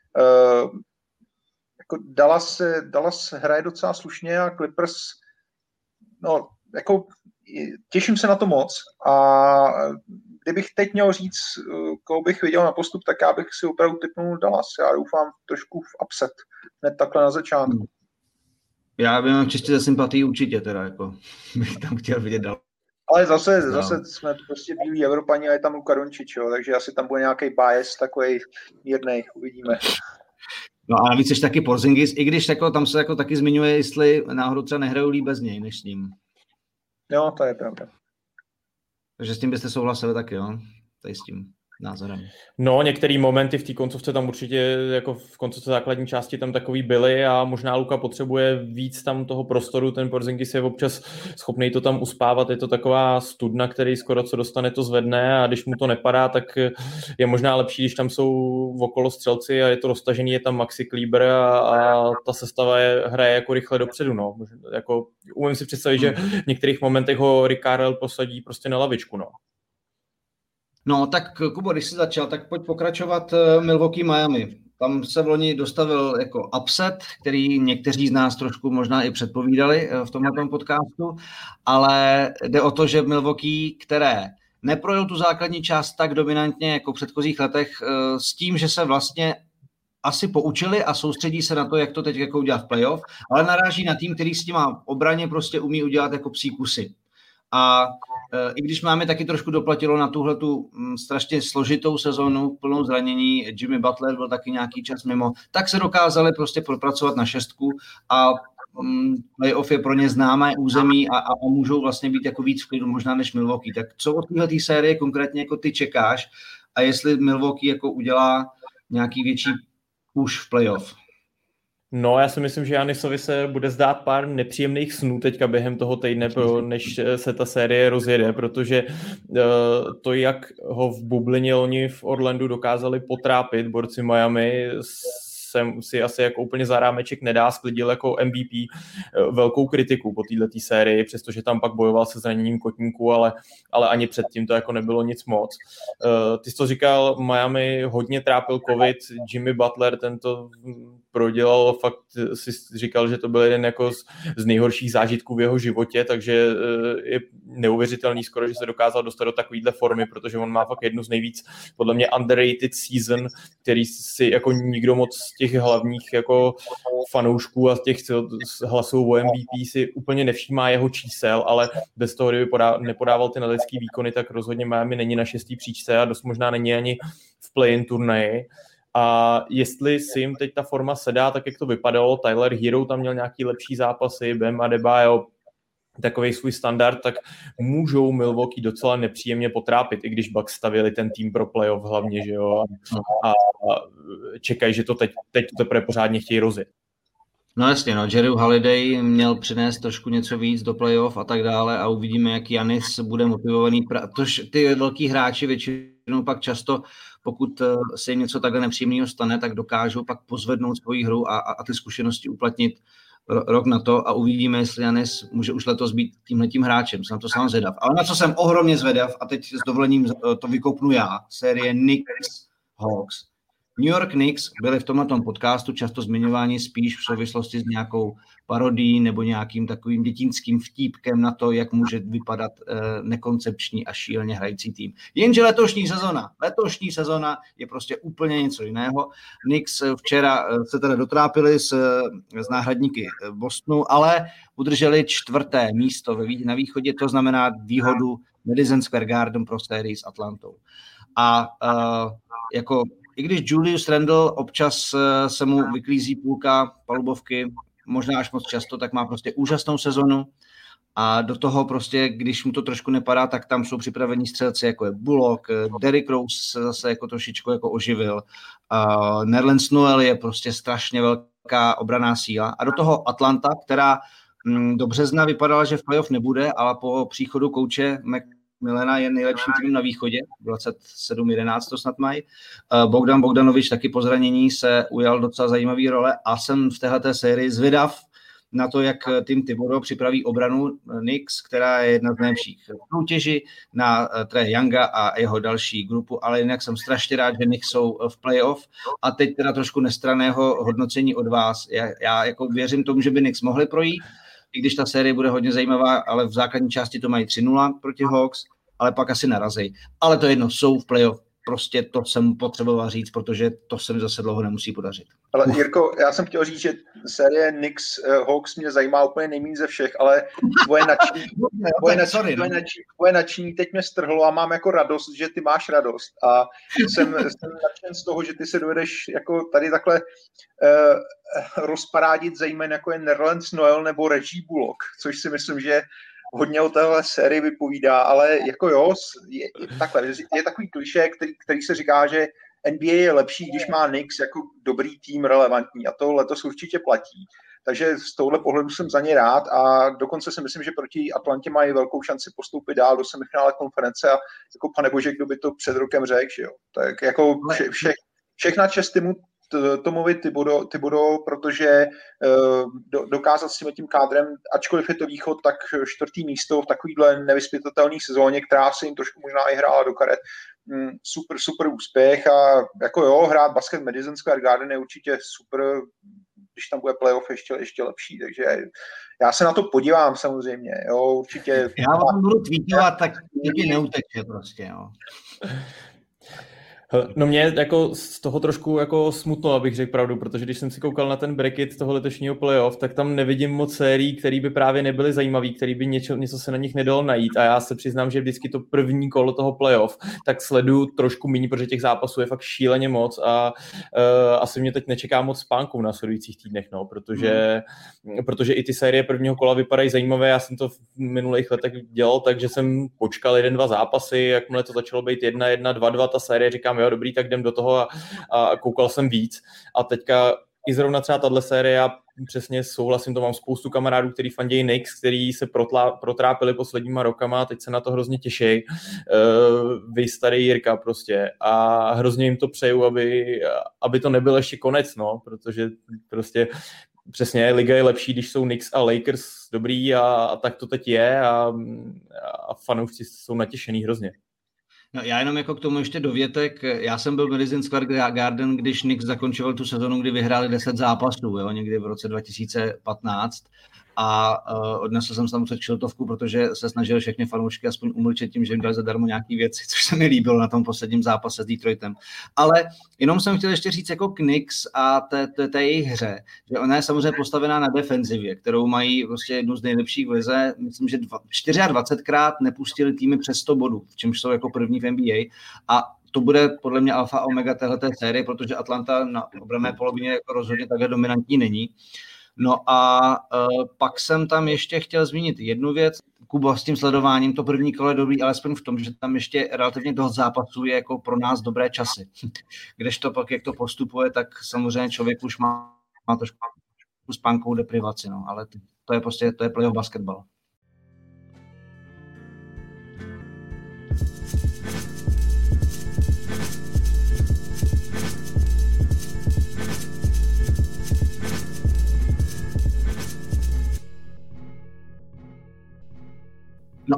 Jako Dallas hraje docela slušně a Clippers, no, jako těším se na to moc a kdybych teď měl říct, koho bych viděl na postup, tak já bych si opravdu tipnul Dallas. Já doufám trošku v upset, hned takhle na začátku. Já bych čistě ze sympatii určitě teda, jako bych tam chtěl vidět Dallas. Ale zase jsme prostě bílí Evropani a je tam Luka Dončić, jo, takže asi tam bude nějaký bias takovej mírnej, uvidíme. No a navíc ještě taky Porzingis, i když jako, tam se jako taky zmiňuje, jestli náhodou třeba nehrajou líp bez něj, než s ním. Jo, to je pravda. Takže s tím byste souhlasili taky, jo? Tady s tím názorem. No, některé momenty v té koncovce tam určitě, jako v koncovce základní části tam takový byly a možná Luka potřebuje víc tam toho prostoru, ten Porzingis je občas schopný to tam uspávat, je to taková studna, který skoro co dostane, to zvedne a když mu to nepadá, tak je možná lepší, když tam jsou okolo střelci a je to roztažený, je tam Maxi Kleber a ta sestava hraje jako rychle dopředu, no. Jako, umím si představit, že v některých momentech ho Rick Carlisle posadí prostě na lavičku, no. No tak Kubo, když jsi začal, tak pojď pokračovat Milwaukee Miami. Tam se v loni dostavil jako upset, který někteří z nás trošku možná i předpovídali v tomhle podcastu, ale jde o to, že Milwaukee, které neprojel tu základní část tak dominantně jako v předchozích letech, s tím, že se vlastně asi poučili a soustředí se na to, jak to teď jako udělat v playoff, ale naráží na tým, který s tím obraně prostě umí udělat jako psí kusy. A i když máme taky trošku doplatilo na tuhletu strašně složitou sezonu, plnou zranění, Jimmy Butler byl taky nějaký čas mimo, tak se dokázali prostě propracovat na 6 a playoff je pro ně známé území a můžou vlastně být jako víc v klidu možná než Milwaukee. Tak co od téhletý série konkrétně jako ty čekáš a jestli Milwaukee jako udělá nějaký větší push v playoff? No, já si myslím, že Giannisovi se bude zdát pár nepříjemných snů teďka během toho týdne, než se ta série rozjede, protože to, jak ho v bublině oni v Orlandu dokázali potrápit borci Miami, jsem si asi jako úplně za rámeček nedá, sklidil jako MVP velkou kritiku po této sérii, přestože tam pak bojoval se zraněním kotníku, ale ani předtím to jako nebylo nic moc. Ty jsi to říkal, Miami hodně trápil covid, Jimmy Butler, tento prodělal, fakt si říkal, že to byl jeden jako z nejhorších zážitků v jeho životě, takže je neuvěřitelný skoro, že se dokázal dostat do takovýhle formy, protože on má fakt jednu z nejvíc, podle mě, underrated season, který si jako nikdo moc z těch hlavních jako fanoušků a z těch hlasů o MVP si úplně nevšímá jeho čísel, ale bez toho, kdyby nepodával ty nadlický výkony, tak rozhodně Miami není na 6. příčce a dost možná není ani v play-in turnaji. A jestli si jim teď ta forma sedá, tak jak to vypadalo, Tyler Hero tam měl nějaký lepší zápasy, Bam Adebayo takový svůj standard, tak můžou Milwaukee docela nepříjemně potrápit, i když Bucks stavili ten tým pro playoff hlavně, že jo, a čekají, že to teď to teprve pořádně chtějí rozjet. No jasně, no, Jerry Holiday měl přinést trošku něco víc do playoff a tak dále a uvidíme, jak Giannis bude motivovaný, protože ty velký hráči většinou pak často, pokud se jim něco takhle nepříjemného stane, tak dokážou pak pozvednout svoji hru a ty zkušenosti uplatnit rok na to a uvidíme, jestli Giannis může už letos být tímhletím hráčem. Jsem na to sám zvědav. Ale na co jsem ohromně zvědav, a teď s dovolením to vykopnu já, série Knicks Hawks. New York Knicks byli v tomhletom podcastu často zmiňováni spíš v souvislosti s nějakou parodií nebo nějakým takovým dětinským vtípkem na to, jak může vypadat nekoncepční a šíleně hrající tým. Jenže letošní sezona je prostě úplně něco jiného. Knicks včera se teda dotrápili s náhradníky Bostonu, ale udrželi 4. místo na východě, to znamená výhodu Madison Square Garden pro sérii s Atlantou. A jako i když Julius Randle občas se mu vyklízí půlka palubovky, možná až moc často, tak má prostě úžasnou sezonu a do toho prostě, když mu to trošku nepadá, tak tam jsou připravení střelci, jako je Bullock, Derrick Rose se zase jako trošičku jako oživil, Nerlens Noel je prostě strašně velká obranná síla a do toho Atlanta, která do března vypadala, že v playoff nebude, ale po příchodu kouče Milena je nejlepším týmem na východě, 27-11 to snad mají. Bogdan Bogdanovič taky po zranění se ujal docela zajímavý role a jsem v téhleté sérii zvědav na to, jak tým Thibodeau připraví obranu Knicks, která je jedna z nejlepších v soutěži na Trae Younga a jeho další grupu, ale jinak jsem strašně rád, že Knicks jsou v playoff a teď teda trošku nestranného hodnocení od vás. Já jako věřím tomu, že by Knicks mohli projít, i když ta série bude hodně zajímavá, ale v základní části to mají 3-0 proti Hawks, ale pak asi narazí. Ale to jedno, jsou v playoff. Prostě to jsem potřeboval říct, protože to se mi zase dlouho nemusí podařit. Ale Jirko, já jsem chtěl říct, že série Knicks Hawks mě zajímá úplně nejméně ze všech, ale tvoje nadšení teď mě strhlo a mám jako radost, že ty máš radost. A jsem nadšen z toho, že ty se dovedeš jako tady takhle rozparádit zejména jako je Nerlens Noel nebo Reggie Bullock, což si myslím, že hodně o téhle sérii vypovídá, ale jako jo, je takový klišé, který se říká, že NBA je lepší, když má Knicks jako dobrý tým relevantní a to letos určitě platí. Takže z tohohle pohledu jsem za ně rád a dokonce si myslím, že proti Atlantě mají velkou šanci postoupit dál do semifinále konference a jako panebože, kdo by to před rokem řekl, že jo. Tak jako všechna čest Tomovi Thibodeau, protože dokázat s tím kádrem, ačkoliv je to východ, tak 4. místo v takovýhle nevyzpytatelné sezóně, která se jim trošku možná i hrála do karet. Super úspěch a jako jo, hrát basket Madison Square Garden je určitě super, když tam bude playoff ještě lepší, takže já se na to podívám samozřejmě, jo, určitě. Já vám budu tweetovat, tak nikdy neuteče prostě, jo. No mě jako z toho trošku jako smutno, abych řekl pravdu, protože když jsem si koukal na ten bracket toho letošního playoff, tak tam nevidím moc sérií, které by právě nebyly zajímavý, který by něco se na nich nedalo najít a já se přiznám, že vždycky to první kolo toho playoff, tak sleduju trošku méně, protože těch zápasů je fakt šíleně moc a asi mě teď nečeká moc spánku v následujících týdnech, no, protože i ty série prvního kola vypadají zajímavé, já jsem to v minulých letech dělal, takže jsem počkal 1-2 zápasy, jakmile to začalo být 1-1, 2-2 ta série, říkám, jo, dobrý, tak jdem do toho a koukal jsem víc. A teďka i zrovna třeba tato série, já přesně souhlasím, to mám spoustu kamarádů, který fandějí Knicks, který se protrápili posledníma rokama a teď se na to hrozně těší. Vy starý Jirka prostě a hrozně jim to přeju, aby to nebyl ještě konec, no, protože prostě přesně, liga je lepší, když jsou Knicks a Lakers dobrý a tak to teď je a fanoušci jsou natěšený hrozně. No, já jenom jako k tomu ještě dovětek, já jsem byl v Madison Square Garden, když Knicks zakončoval tu sezonu, kdy vyhráli 10 zápasů, jo, někdy v roce 2015 a odnesl jsem tam čiltovku, protože se snažil všechny fanoušky aspoň umlčet tím, že jim dali zadarmo nějaký věci, což se mi líbilo na tom posledním zápase s Detroitem. Ale jenom jsem chtěl ještě říct jako Knicks a té jejich hře, že ona je samozřejmě postavená na defenzivě, kterou mají prostě jednu z nejlepších v lize. Myslím, že 24krát nepustili týmy přes 100 bodů, v čemž jsou jako první v NBA a to bude podle mě alfa a omega téhleté série, protože Atlanta na obranné polovině jako rozhodně takhle dominantní není. No a pak jsem tam ještě chtěl zmínit jednu věc. Kubo, s tím sledováním to první kolo je dobrý, alespoň v tom, že tam ještě relativně dost zápasů je jako pro nás dobré časy. Kdežto pak, jak to postupuje, tak samozřejmě člověk už má trošku spánkovou deprivaci, no, ale to je prostě, to je playoff basketbal.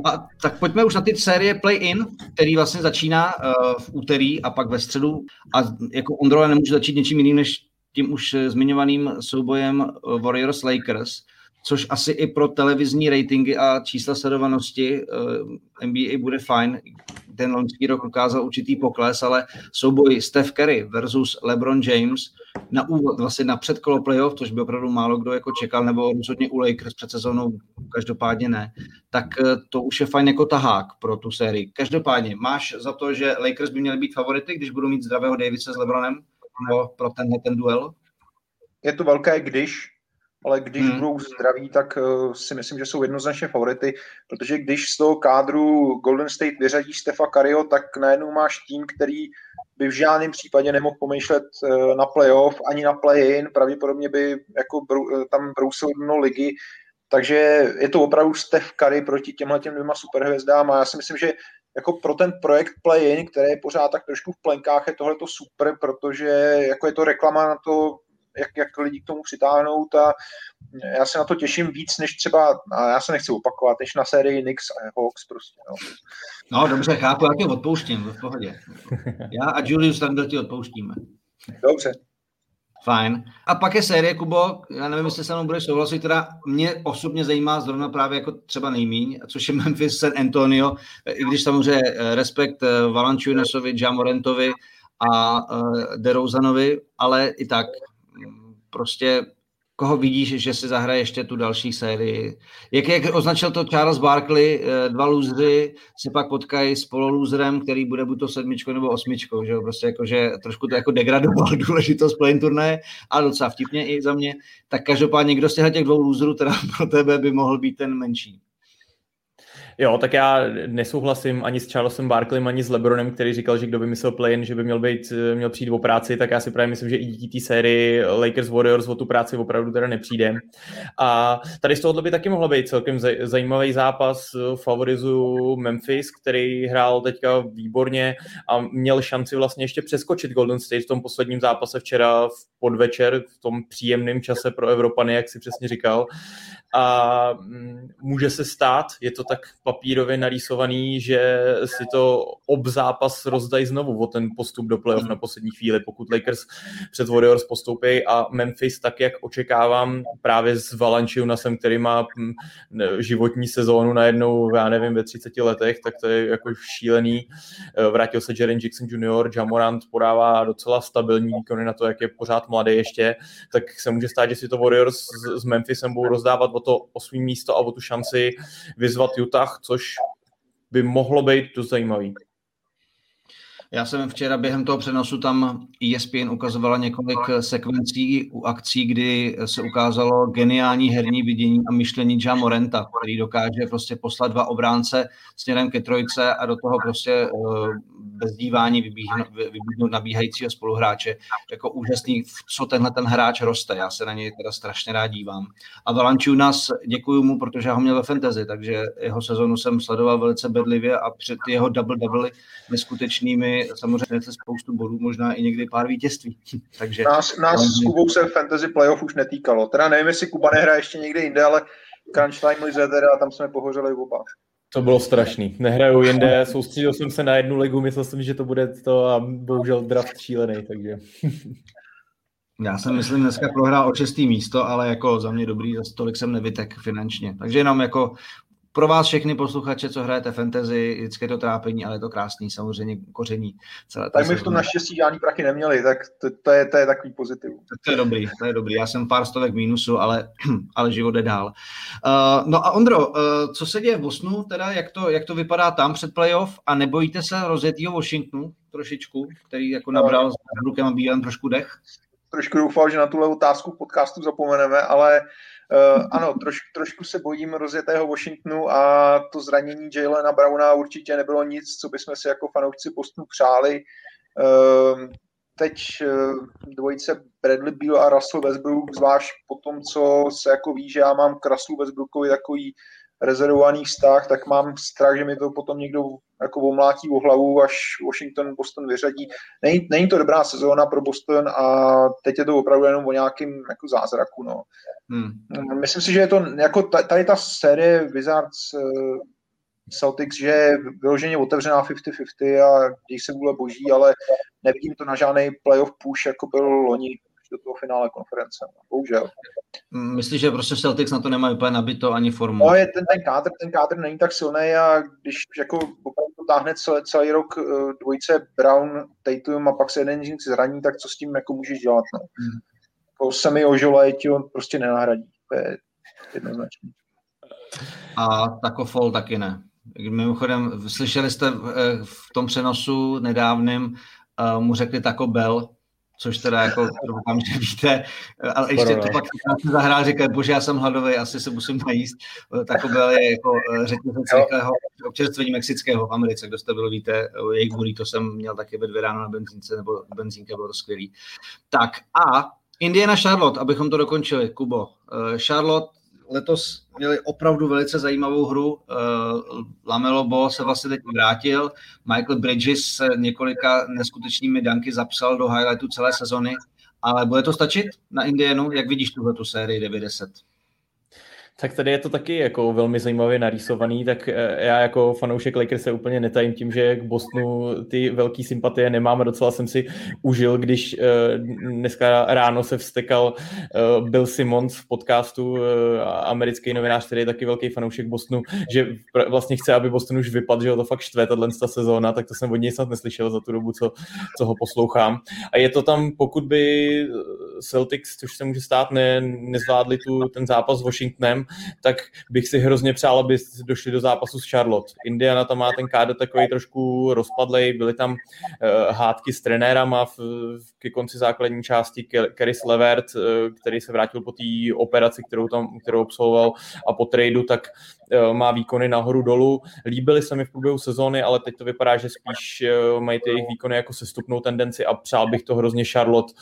No a tak pojďme už na ty série Play-in, který vlastně začíná v úterý a pak ve středu. A jako Ondro nemůže začít něčím jiným, než tím už zmiňovaným soubojem Warriors-Lakers, což asi i pro televizní ratingy a čísla sledovanosti NBA bude fajn. Ten loňský rok ukázal určitý pokles, ale souboj Steph Curry versus LeBron James na úvod, vlastně na předkolo playoff, což by opravdu málo kdo jako čekal, nebo rozhodně u Lakers před sezónou každopádně ne, tak to už je fajn jako tahák pro tu sérii. Každopádně, máš za to, že Lakers by měli být favority, když budou mít zdravého Davise s LeBronem pro ten duel? Je to velké ale když budou zdraví, tak si myslím, že jsou jednoznačně favority, protože když z toho kádru Golden State vyřadí Stefa Curryho, tak najednou máš tým, který by v žádném případě nemohl pomýšlet na playoff ani na play-in, pravděpodobně by jako tam brousil dno ligy, takže je to opravdu Steph Curry proti těmhletěm dvěma superhvězdám a já si myslím, že jako pro ten projekt play-in, který je pořád tak trošku v plenkách, je tohleto super, protože jako je to reklama na to, jak lidi k tomu přitáhnout a já se na to těším víc, než třeba, a já se nechci opakovat, než na sérii Knicks a Hawks prostě. No dobře, chápu, já tě odpouštím, v pohodě. Já a Julius Randle ti odpouštíme. Dobře. Fajn. A pak je série, Kubo, já nevím, jestli se mnou budeš souhlasit, teda mě osobně zajímá zrovna právě jako třeba nejmíň, což je Memphis San Antonio, i když samozřejmě respekt Valanciunasovi, Ja Morantovi a DeRozanovi, ale i tak prostě koho vidíš, že si zahraje ještě tu další sérii. Jak označil to Charles Barkley, 2 lůzři se pak potkají s pololůzrem, který bude buď to 7 nebo 8, že jo? Prostě jako, že trošku to jako degradoval důležitost play-in turnaje, ale docela vtipně i za mě. Tak každopádně někdo z těch 2 lůzrů teda pro tebe by mohl být ten menší. Jo, tak já nesouhlasím ani s Charlesem Barkleyem, ani s LeBronem, který říkal, že kdo vymyslel play-in, že by měl přijít o práci, tak já si právě myslím, že i díky té sérii Lakers Warriors o tu práci opravdu teda nepřijde. A tady z tohohle by taky mohla být celkem zajímavý zápas. Favorizuju Memphis, který hrál teďka výborně a měl šanci vlastně ještě přeskočit Golden State v tom posledním zápase včera v podvečer, v tom příjemném čase pro Evropany, jak si přesně říkal. A může se stát, je to tak papírově narýsovaný, že si to zápas rozdají znovu o ten postup do playoff na poslední chvíli, pokud Lakers před Warriors postoupí a Memphis, tak jak očekávám právě s Valanciunasem, který má životní sezónu najednou, já nevím, ve 30 letech, tak to je jako šílený. Vrátil se Jaren Jackson Jr., Ja Morant podává docela stabilní výkony na to, jak je pořád mladý ještě, tak se může stát, že si to Warriors s Memphisem budou rozdávat o to 8. místo a o tu šanci vyzvat Utah, což by mohlo být dost zajímavý. Já jsem včera během toho přenosu tam ESPN ukazovala několik sekvencí u akcí, kdy se ukázalo geniální herní vidění a myšlení Ja Moranta, který dokáže prostě poslat 2 obránce směrem ke trojce a do toho prostě bez dívání vybídnout nabíhajícího spoluhráče. Jako úžasný, co tenhle ten hráč roste. Já se na něj teda strašně rád dívám. A Valanciunas, děkuju mu, protože ho měl ve fantasy, takže jeho sezonu jsem sledoval velice bedlivě a před jeho double neskutečnými samozřejmě se spoustu bodů, možná i někdy pár vítězství. Takže nás s Kubou se fantasy playoff už netýkalo. Teda nevím, jestli Kuba nehraje ještě někde jinde, ale Crunch Time Lizard a tam jsme pohořeli oba. To bylo strašný. Nehraju jinde, soustředil jsem se na jednu ligu, myslel jsem, že to bude to a bohužel draft šílený, takže... Já jsem myslím dneska prohrál o 6. místo, ale jako za mě dobrý, za tolik jsem nevytek finančně. Takže jenom jako pro vás všechny posluchače, co hrajete fantasy, vždycky je to trápení, ale je to krásný, samozřejmě koření. Tak my v tom naštěstí žádný prachy neměli, tak to je takový pozitiv. To je dobrý. Já jsem pár stovek mínusu, ale život jde dál. No a Ondro, co se děje v Bostonu, teda jak to vypadá tam před playoff a nebojíte se rozjetýho Washingtonu trošičku, který jako nabral s Brookem a Bílem trošku dech? Trošku doufal, že na tuhle otázku podcastu zapomeneme, ale ano, trošku se bojím rozjetého Washingtonu a to zranění Jaylena Browna určitě nebylo nic, co bychom si jako fanoušci Bostonu přáli. Teď dvojice Bradley Beal a Russell Westbrook, zvlášť po tom, co se jako ví, že já mám k Russellu Westbrookovi takový rezervovaný vztah, tak mám strach, že mi to potom někdo jako omlátí o hlavu, až Boston vyřadí. Není to dobrá sezóna pro Boston a teď je to opravdu jenom o nějakým jako zázraku. No. Myslím si, že je to jako tady ta série Wizards Celtics, že je vyloženě otevřená 50-50 a dějí se vůle boží, ale nevidím to na žádný playoff push, jako byl loni do toho finále konference. Bohužel. Myslíš, že prostě Celtics na to nemají úplně nabito ani formu? No, je ten kádr není tak silný a když jako opravdu táhne celý rok dvojice Brown, Tatum a pak se jeden z nich zraní, tak co s tím jako můžeš dělat? No? Jako Semi Ožolaj ti on prostě nenahradí. To je jednoznačné. A Taco Fall taky ne. Mimochodem, slyšeli jste v tom přenosu nedávným, mu řekli Taco Bell, což teda jako doufám, že víte, ale ještě to pak zahrál, říkal, bože, já jsem hladový, asi se musím najíst. Taco Bell je jako řetězec rychlého občerstvení mexického v Americe, kdo jste byl, víte, jejich burrito jsem měl taky ve 2 ráno na benzínce, nebo benzínka, bylo to skvělý. Tak a Indiana Charlotte, abychom to dokončili, Kubo. Charlotte letos měli opravdu velice zajímavou hru. Lamelo Ball se vlastně teď vrátil. Michael Bridges se několika neskutečnými danky zapsal do highlightu celé sezony. Ale bude to stačit na Indianu? Jak vidíš tuhletu sérii 90? Tak tady je to taky jako velmi zajímavě narýsovaný, tak já jako fanoušek Lakers se úplně netajím tím, že k Bostonu ty velký sympatie nemám a docela jsem si užil, když dneska ráno se vztekal Bill Simmons v podcastu, americký novinář, který je taky velký fanoušek Bostonu, že vlastně chce, aby Boston už vypadl, že ho to fakt štve, tato sezóna, tak to jsem od něj snad neslyšel za tu dobu, co ho poslouchám. A je to tam, pokud by Celtics, což se může stát, nezvládli ten zápas s Washingtonem, tak bych si hrozně přál, aby došli do zápasu s Charlotte. Indiana tam má ten kádr takový trošku rozpadlej, byly tam hádky s trenérama ke konci základní části, Caris LeVert, který se vrátil po té operaci, kterou absolvoval a po tradu, tak má výkony nahoru dolů. Líbily se mi v průběhu sezóny, ale teď to vypadá, že spíš mají ty jejich výkony jako sestupnou tendenci a přál bych to hrozně Charlotte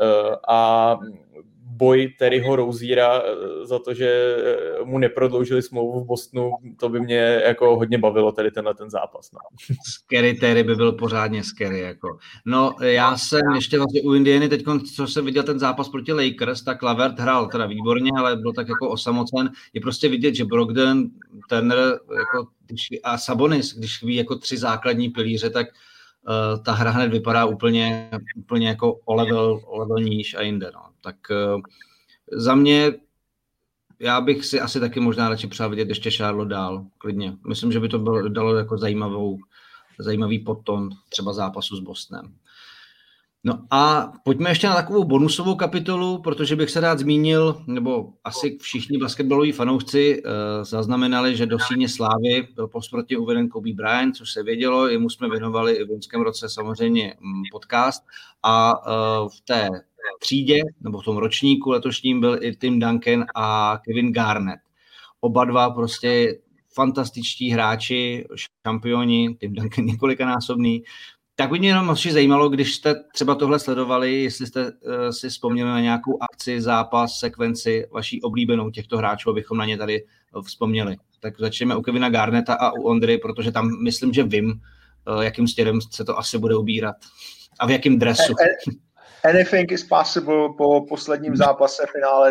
a boj Terryho Roziera za to, že mu neprodloužili smlouvu v Bostonu, to by mě jako hodně bavilo tady ten zápas. No. Scary Terry by byl pořádně scary. Jako. No já jsem ještě vlastně u Indiany teď, co jsem viděl ten zápas proti Lakers, tak Lavert hrál teda výborně, ale byl tak jako osamocen. Je prostě vidět, že Brogdon, Turner jako, a Sabonis, když chví jako 3 základní pilíře, tak ta hra hned vypadá úplně jako o level níž a jinde. No. Tak za mě, já bych si asi taky možná radši přál vidět ještě Charlotte dál, klidně. Myslím, že by to dalo jako zajímavý podton třeba zápasu s Bostonem. No a pojďme ještě na takovou bonusovou kapitolu, protože bych se rád zmínil, nebo asi všichni basketbaloví fanoušci zaznamenali, že do síně slávy byl posmrtně uveden Kobe Bryant, což se vědělo, jemu jsme věnovali i v loňském roce samozřejmě podcast a v té třídě, nebo v tom ročníku letošním byl i Tim Duncan a Kevin Garnett. Oba dva prostě fantastičtí hráči, šampioni, Tim Duncan několikanásobný. Tak by mě jenom asi zajímalo, když jste třeba tohle sledovali, jestli jste si vzpomněli na nějakou akci, zápas, sekvenci vaší oblíbenou těchto hráčů, abychom na ně tady vzpomněli. Tak začneme u Kevina Garnetta a u Ondry, protože tam myslím, že vím, jakým směrem se to asi bude ubírat. A v jakém dresu. Anything is possible po posledním zápase finále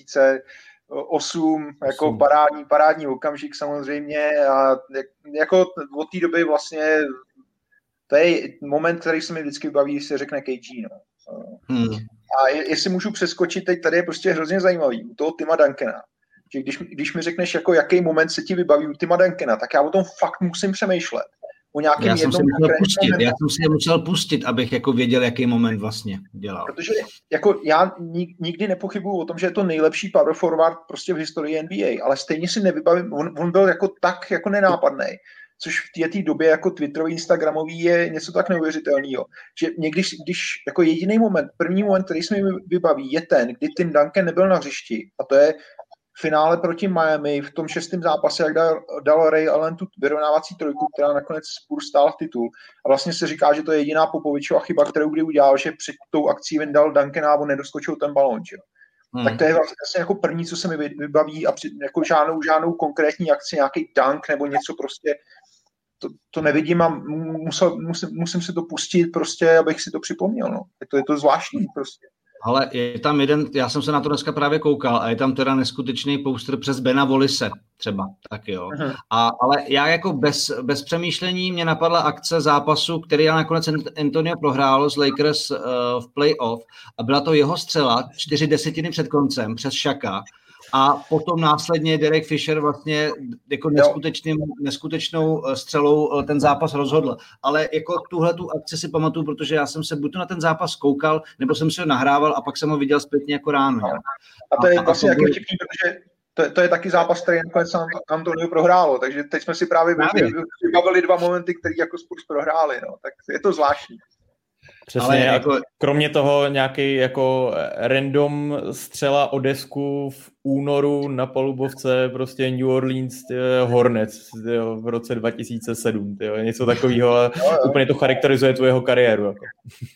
2008, jako parádní okamžik samozřejmě a jako od té doby vlastně to je moment, který se mi vždycky baví, když se řekne KG. No. A jestli můžu přeskočit, teď tady je prostě hrozně zajímavý u toho Tima Duncana, že když mi řekneš, jako jaký moment se ti vybaví u Tima Duncana, tak já o tom fakt musím přemýšlet. Já jsem si je musel pustit, abych jako věděl, jaký moment vlastně dělal. Protože jako já nikdy nepochybuju o tom, že je to nejlepší power forward prostě v historii NBA, ale stejně si nevybavím, on byl jako tak jako nenápadný, což v té době jako Twitterový, Instagramový je něco tak neuvěřitelného. Že někdy, když jako jediný moment, první moment, který se mi vybaví, je ten, kdy Tim Duncan nebyl na hřišti, a to je finále proti Miami v tom 6. zápase, jak dal Ray Allen tu vyrovnávací trojku, která nakonec Spurs stál v titul. A vlastně se říká, že to je jediná Popovičova chyba, kterou kdy udělal, že před tou akcí vyndal Duncana a on nedoskočil ten balón. Tak to je vlastně jako první, co se mi vybaví a jako žádnou konkrétní akci, nějaký dunk nebo něco prostě to nevidím a musím si to pustit prostě, abych si to připomněl. No. Je to zvláštní prostě. Ale je tam jeden, já jsem se na to dneska právě koukal a je tam teda neskutečný poster přes Bena Wallise třeba, tak jo. Ale já jako bez přemýšlení mě napadla akce zápasu, který já nakonec Antonio prohrál z Lakers v playoff a byla to jeho střela 4 desetiny před koncem přes Shaka a potom následně Derek Fisher vlastně jako neskutečnou střelou ten zápas rozhodl. Ale jako tuhletu akci si pamatuju, protože já jsem se buď na ten zápas koukal, nebo jsem si ho nahrával a pak jsem ho viděl zpětně jako ráno. A to je vlastně taky vtipný, protože to je taky zápas, který nakonec Antonio prohrálo, takže teď jsme si právě vybavili 2 momenty, které jako Spurs prohráli, no, tak je to zvláštní. Přesně, ale jako, kromě toho nějaký jako random střela o desku v únoru na palubovce prostě New Orleans Hornets v roce 2007, něco takového, ale úplně to charakterizuje tu jeho kariéru. Jako.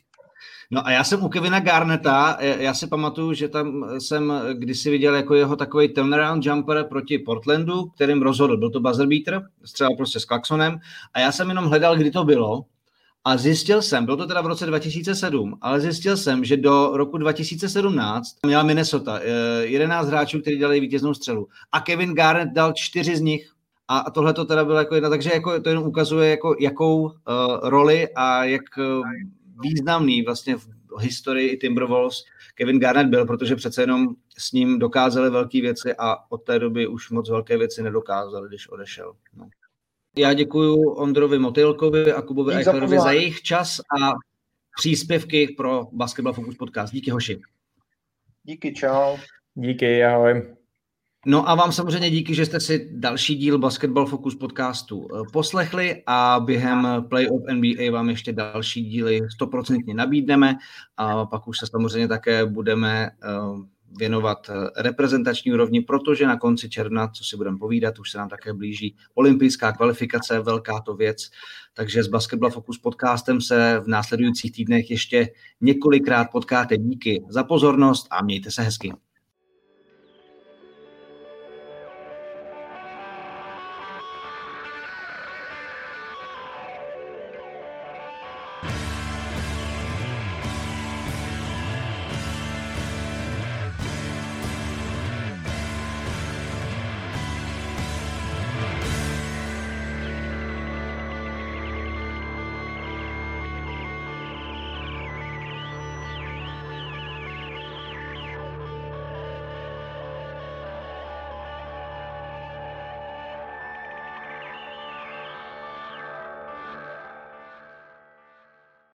No a já jsem u Kevina Garnetta, já si pamatuju, že tam jsem kdysi viděl jako jeho takový turnaround jumper proti Portlandu, kterým rozhodl, byl to buzzer beater, střelal prostě s Claxonem a já jsem jenom hledal, kdy to bylo. A zjistil jsem, bylo to teda v roce 2007, ale zjistil jsem, že do roku 2017 měla Minnesota 11 hráčů, kteří dali vítěznou střelu. A Kevin Garnett dal 4 z nich. A tohle to teda bylo jako jedna, takže jako to jenom ukazuje, jako, jakou roli a jak významný vlastně v historii Timberwolves Kevin Garnett byl, protože přece jenom s ním dokázali velké věci a od té doby už moc velké věci nedokázali, když odešel. No. Já děkuju Ondrovi Motylkovi a Kubovi Eichlerovi za jejich čas a příspěvky pro Basketball Focus podcast. Díky, hoši. Díky, čau. Díky, ahoj. No a vám samozřejmě díky, že jste si další díl Basketball Focus podcastu poslechli a během Playoff NBA vám ještě další díly 100% nabídneme a pak už se samozřejmě také budeme věnovat reprezentační úrovni, protože na konci června, co si budeme povídat, už se nám také blíží olympijská kvalifikace, velká to věc, takže s Basketball Focus podcastem se v následujících týdnech ještě několikrát potkáte. Díky za pozornost a mějte se hezky.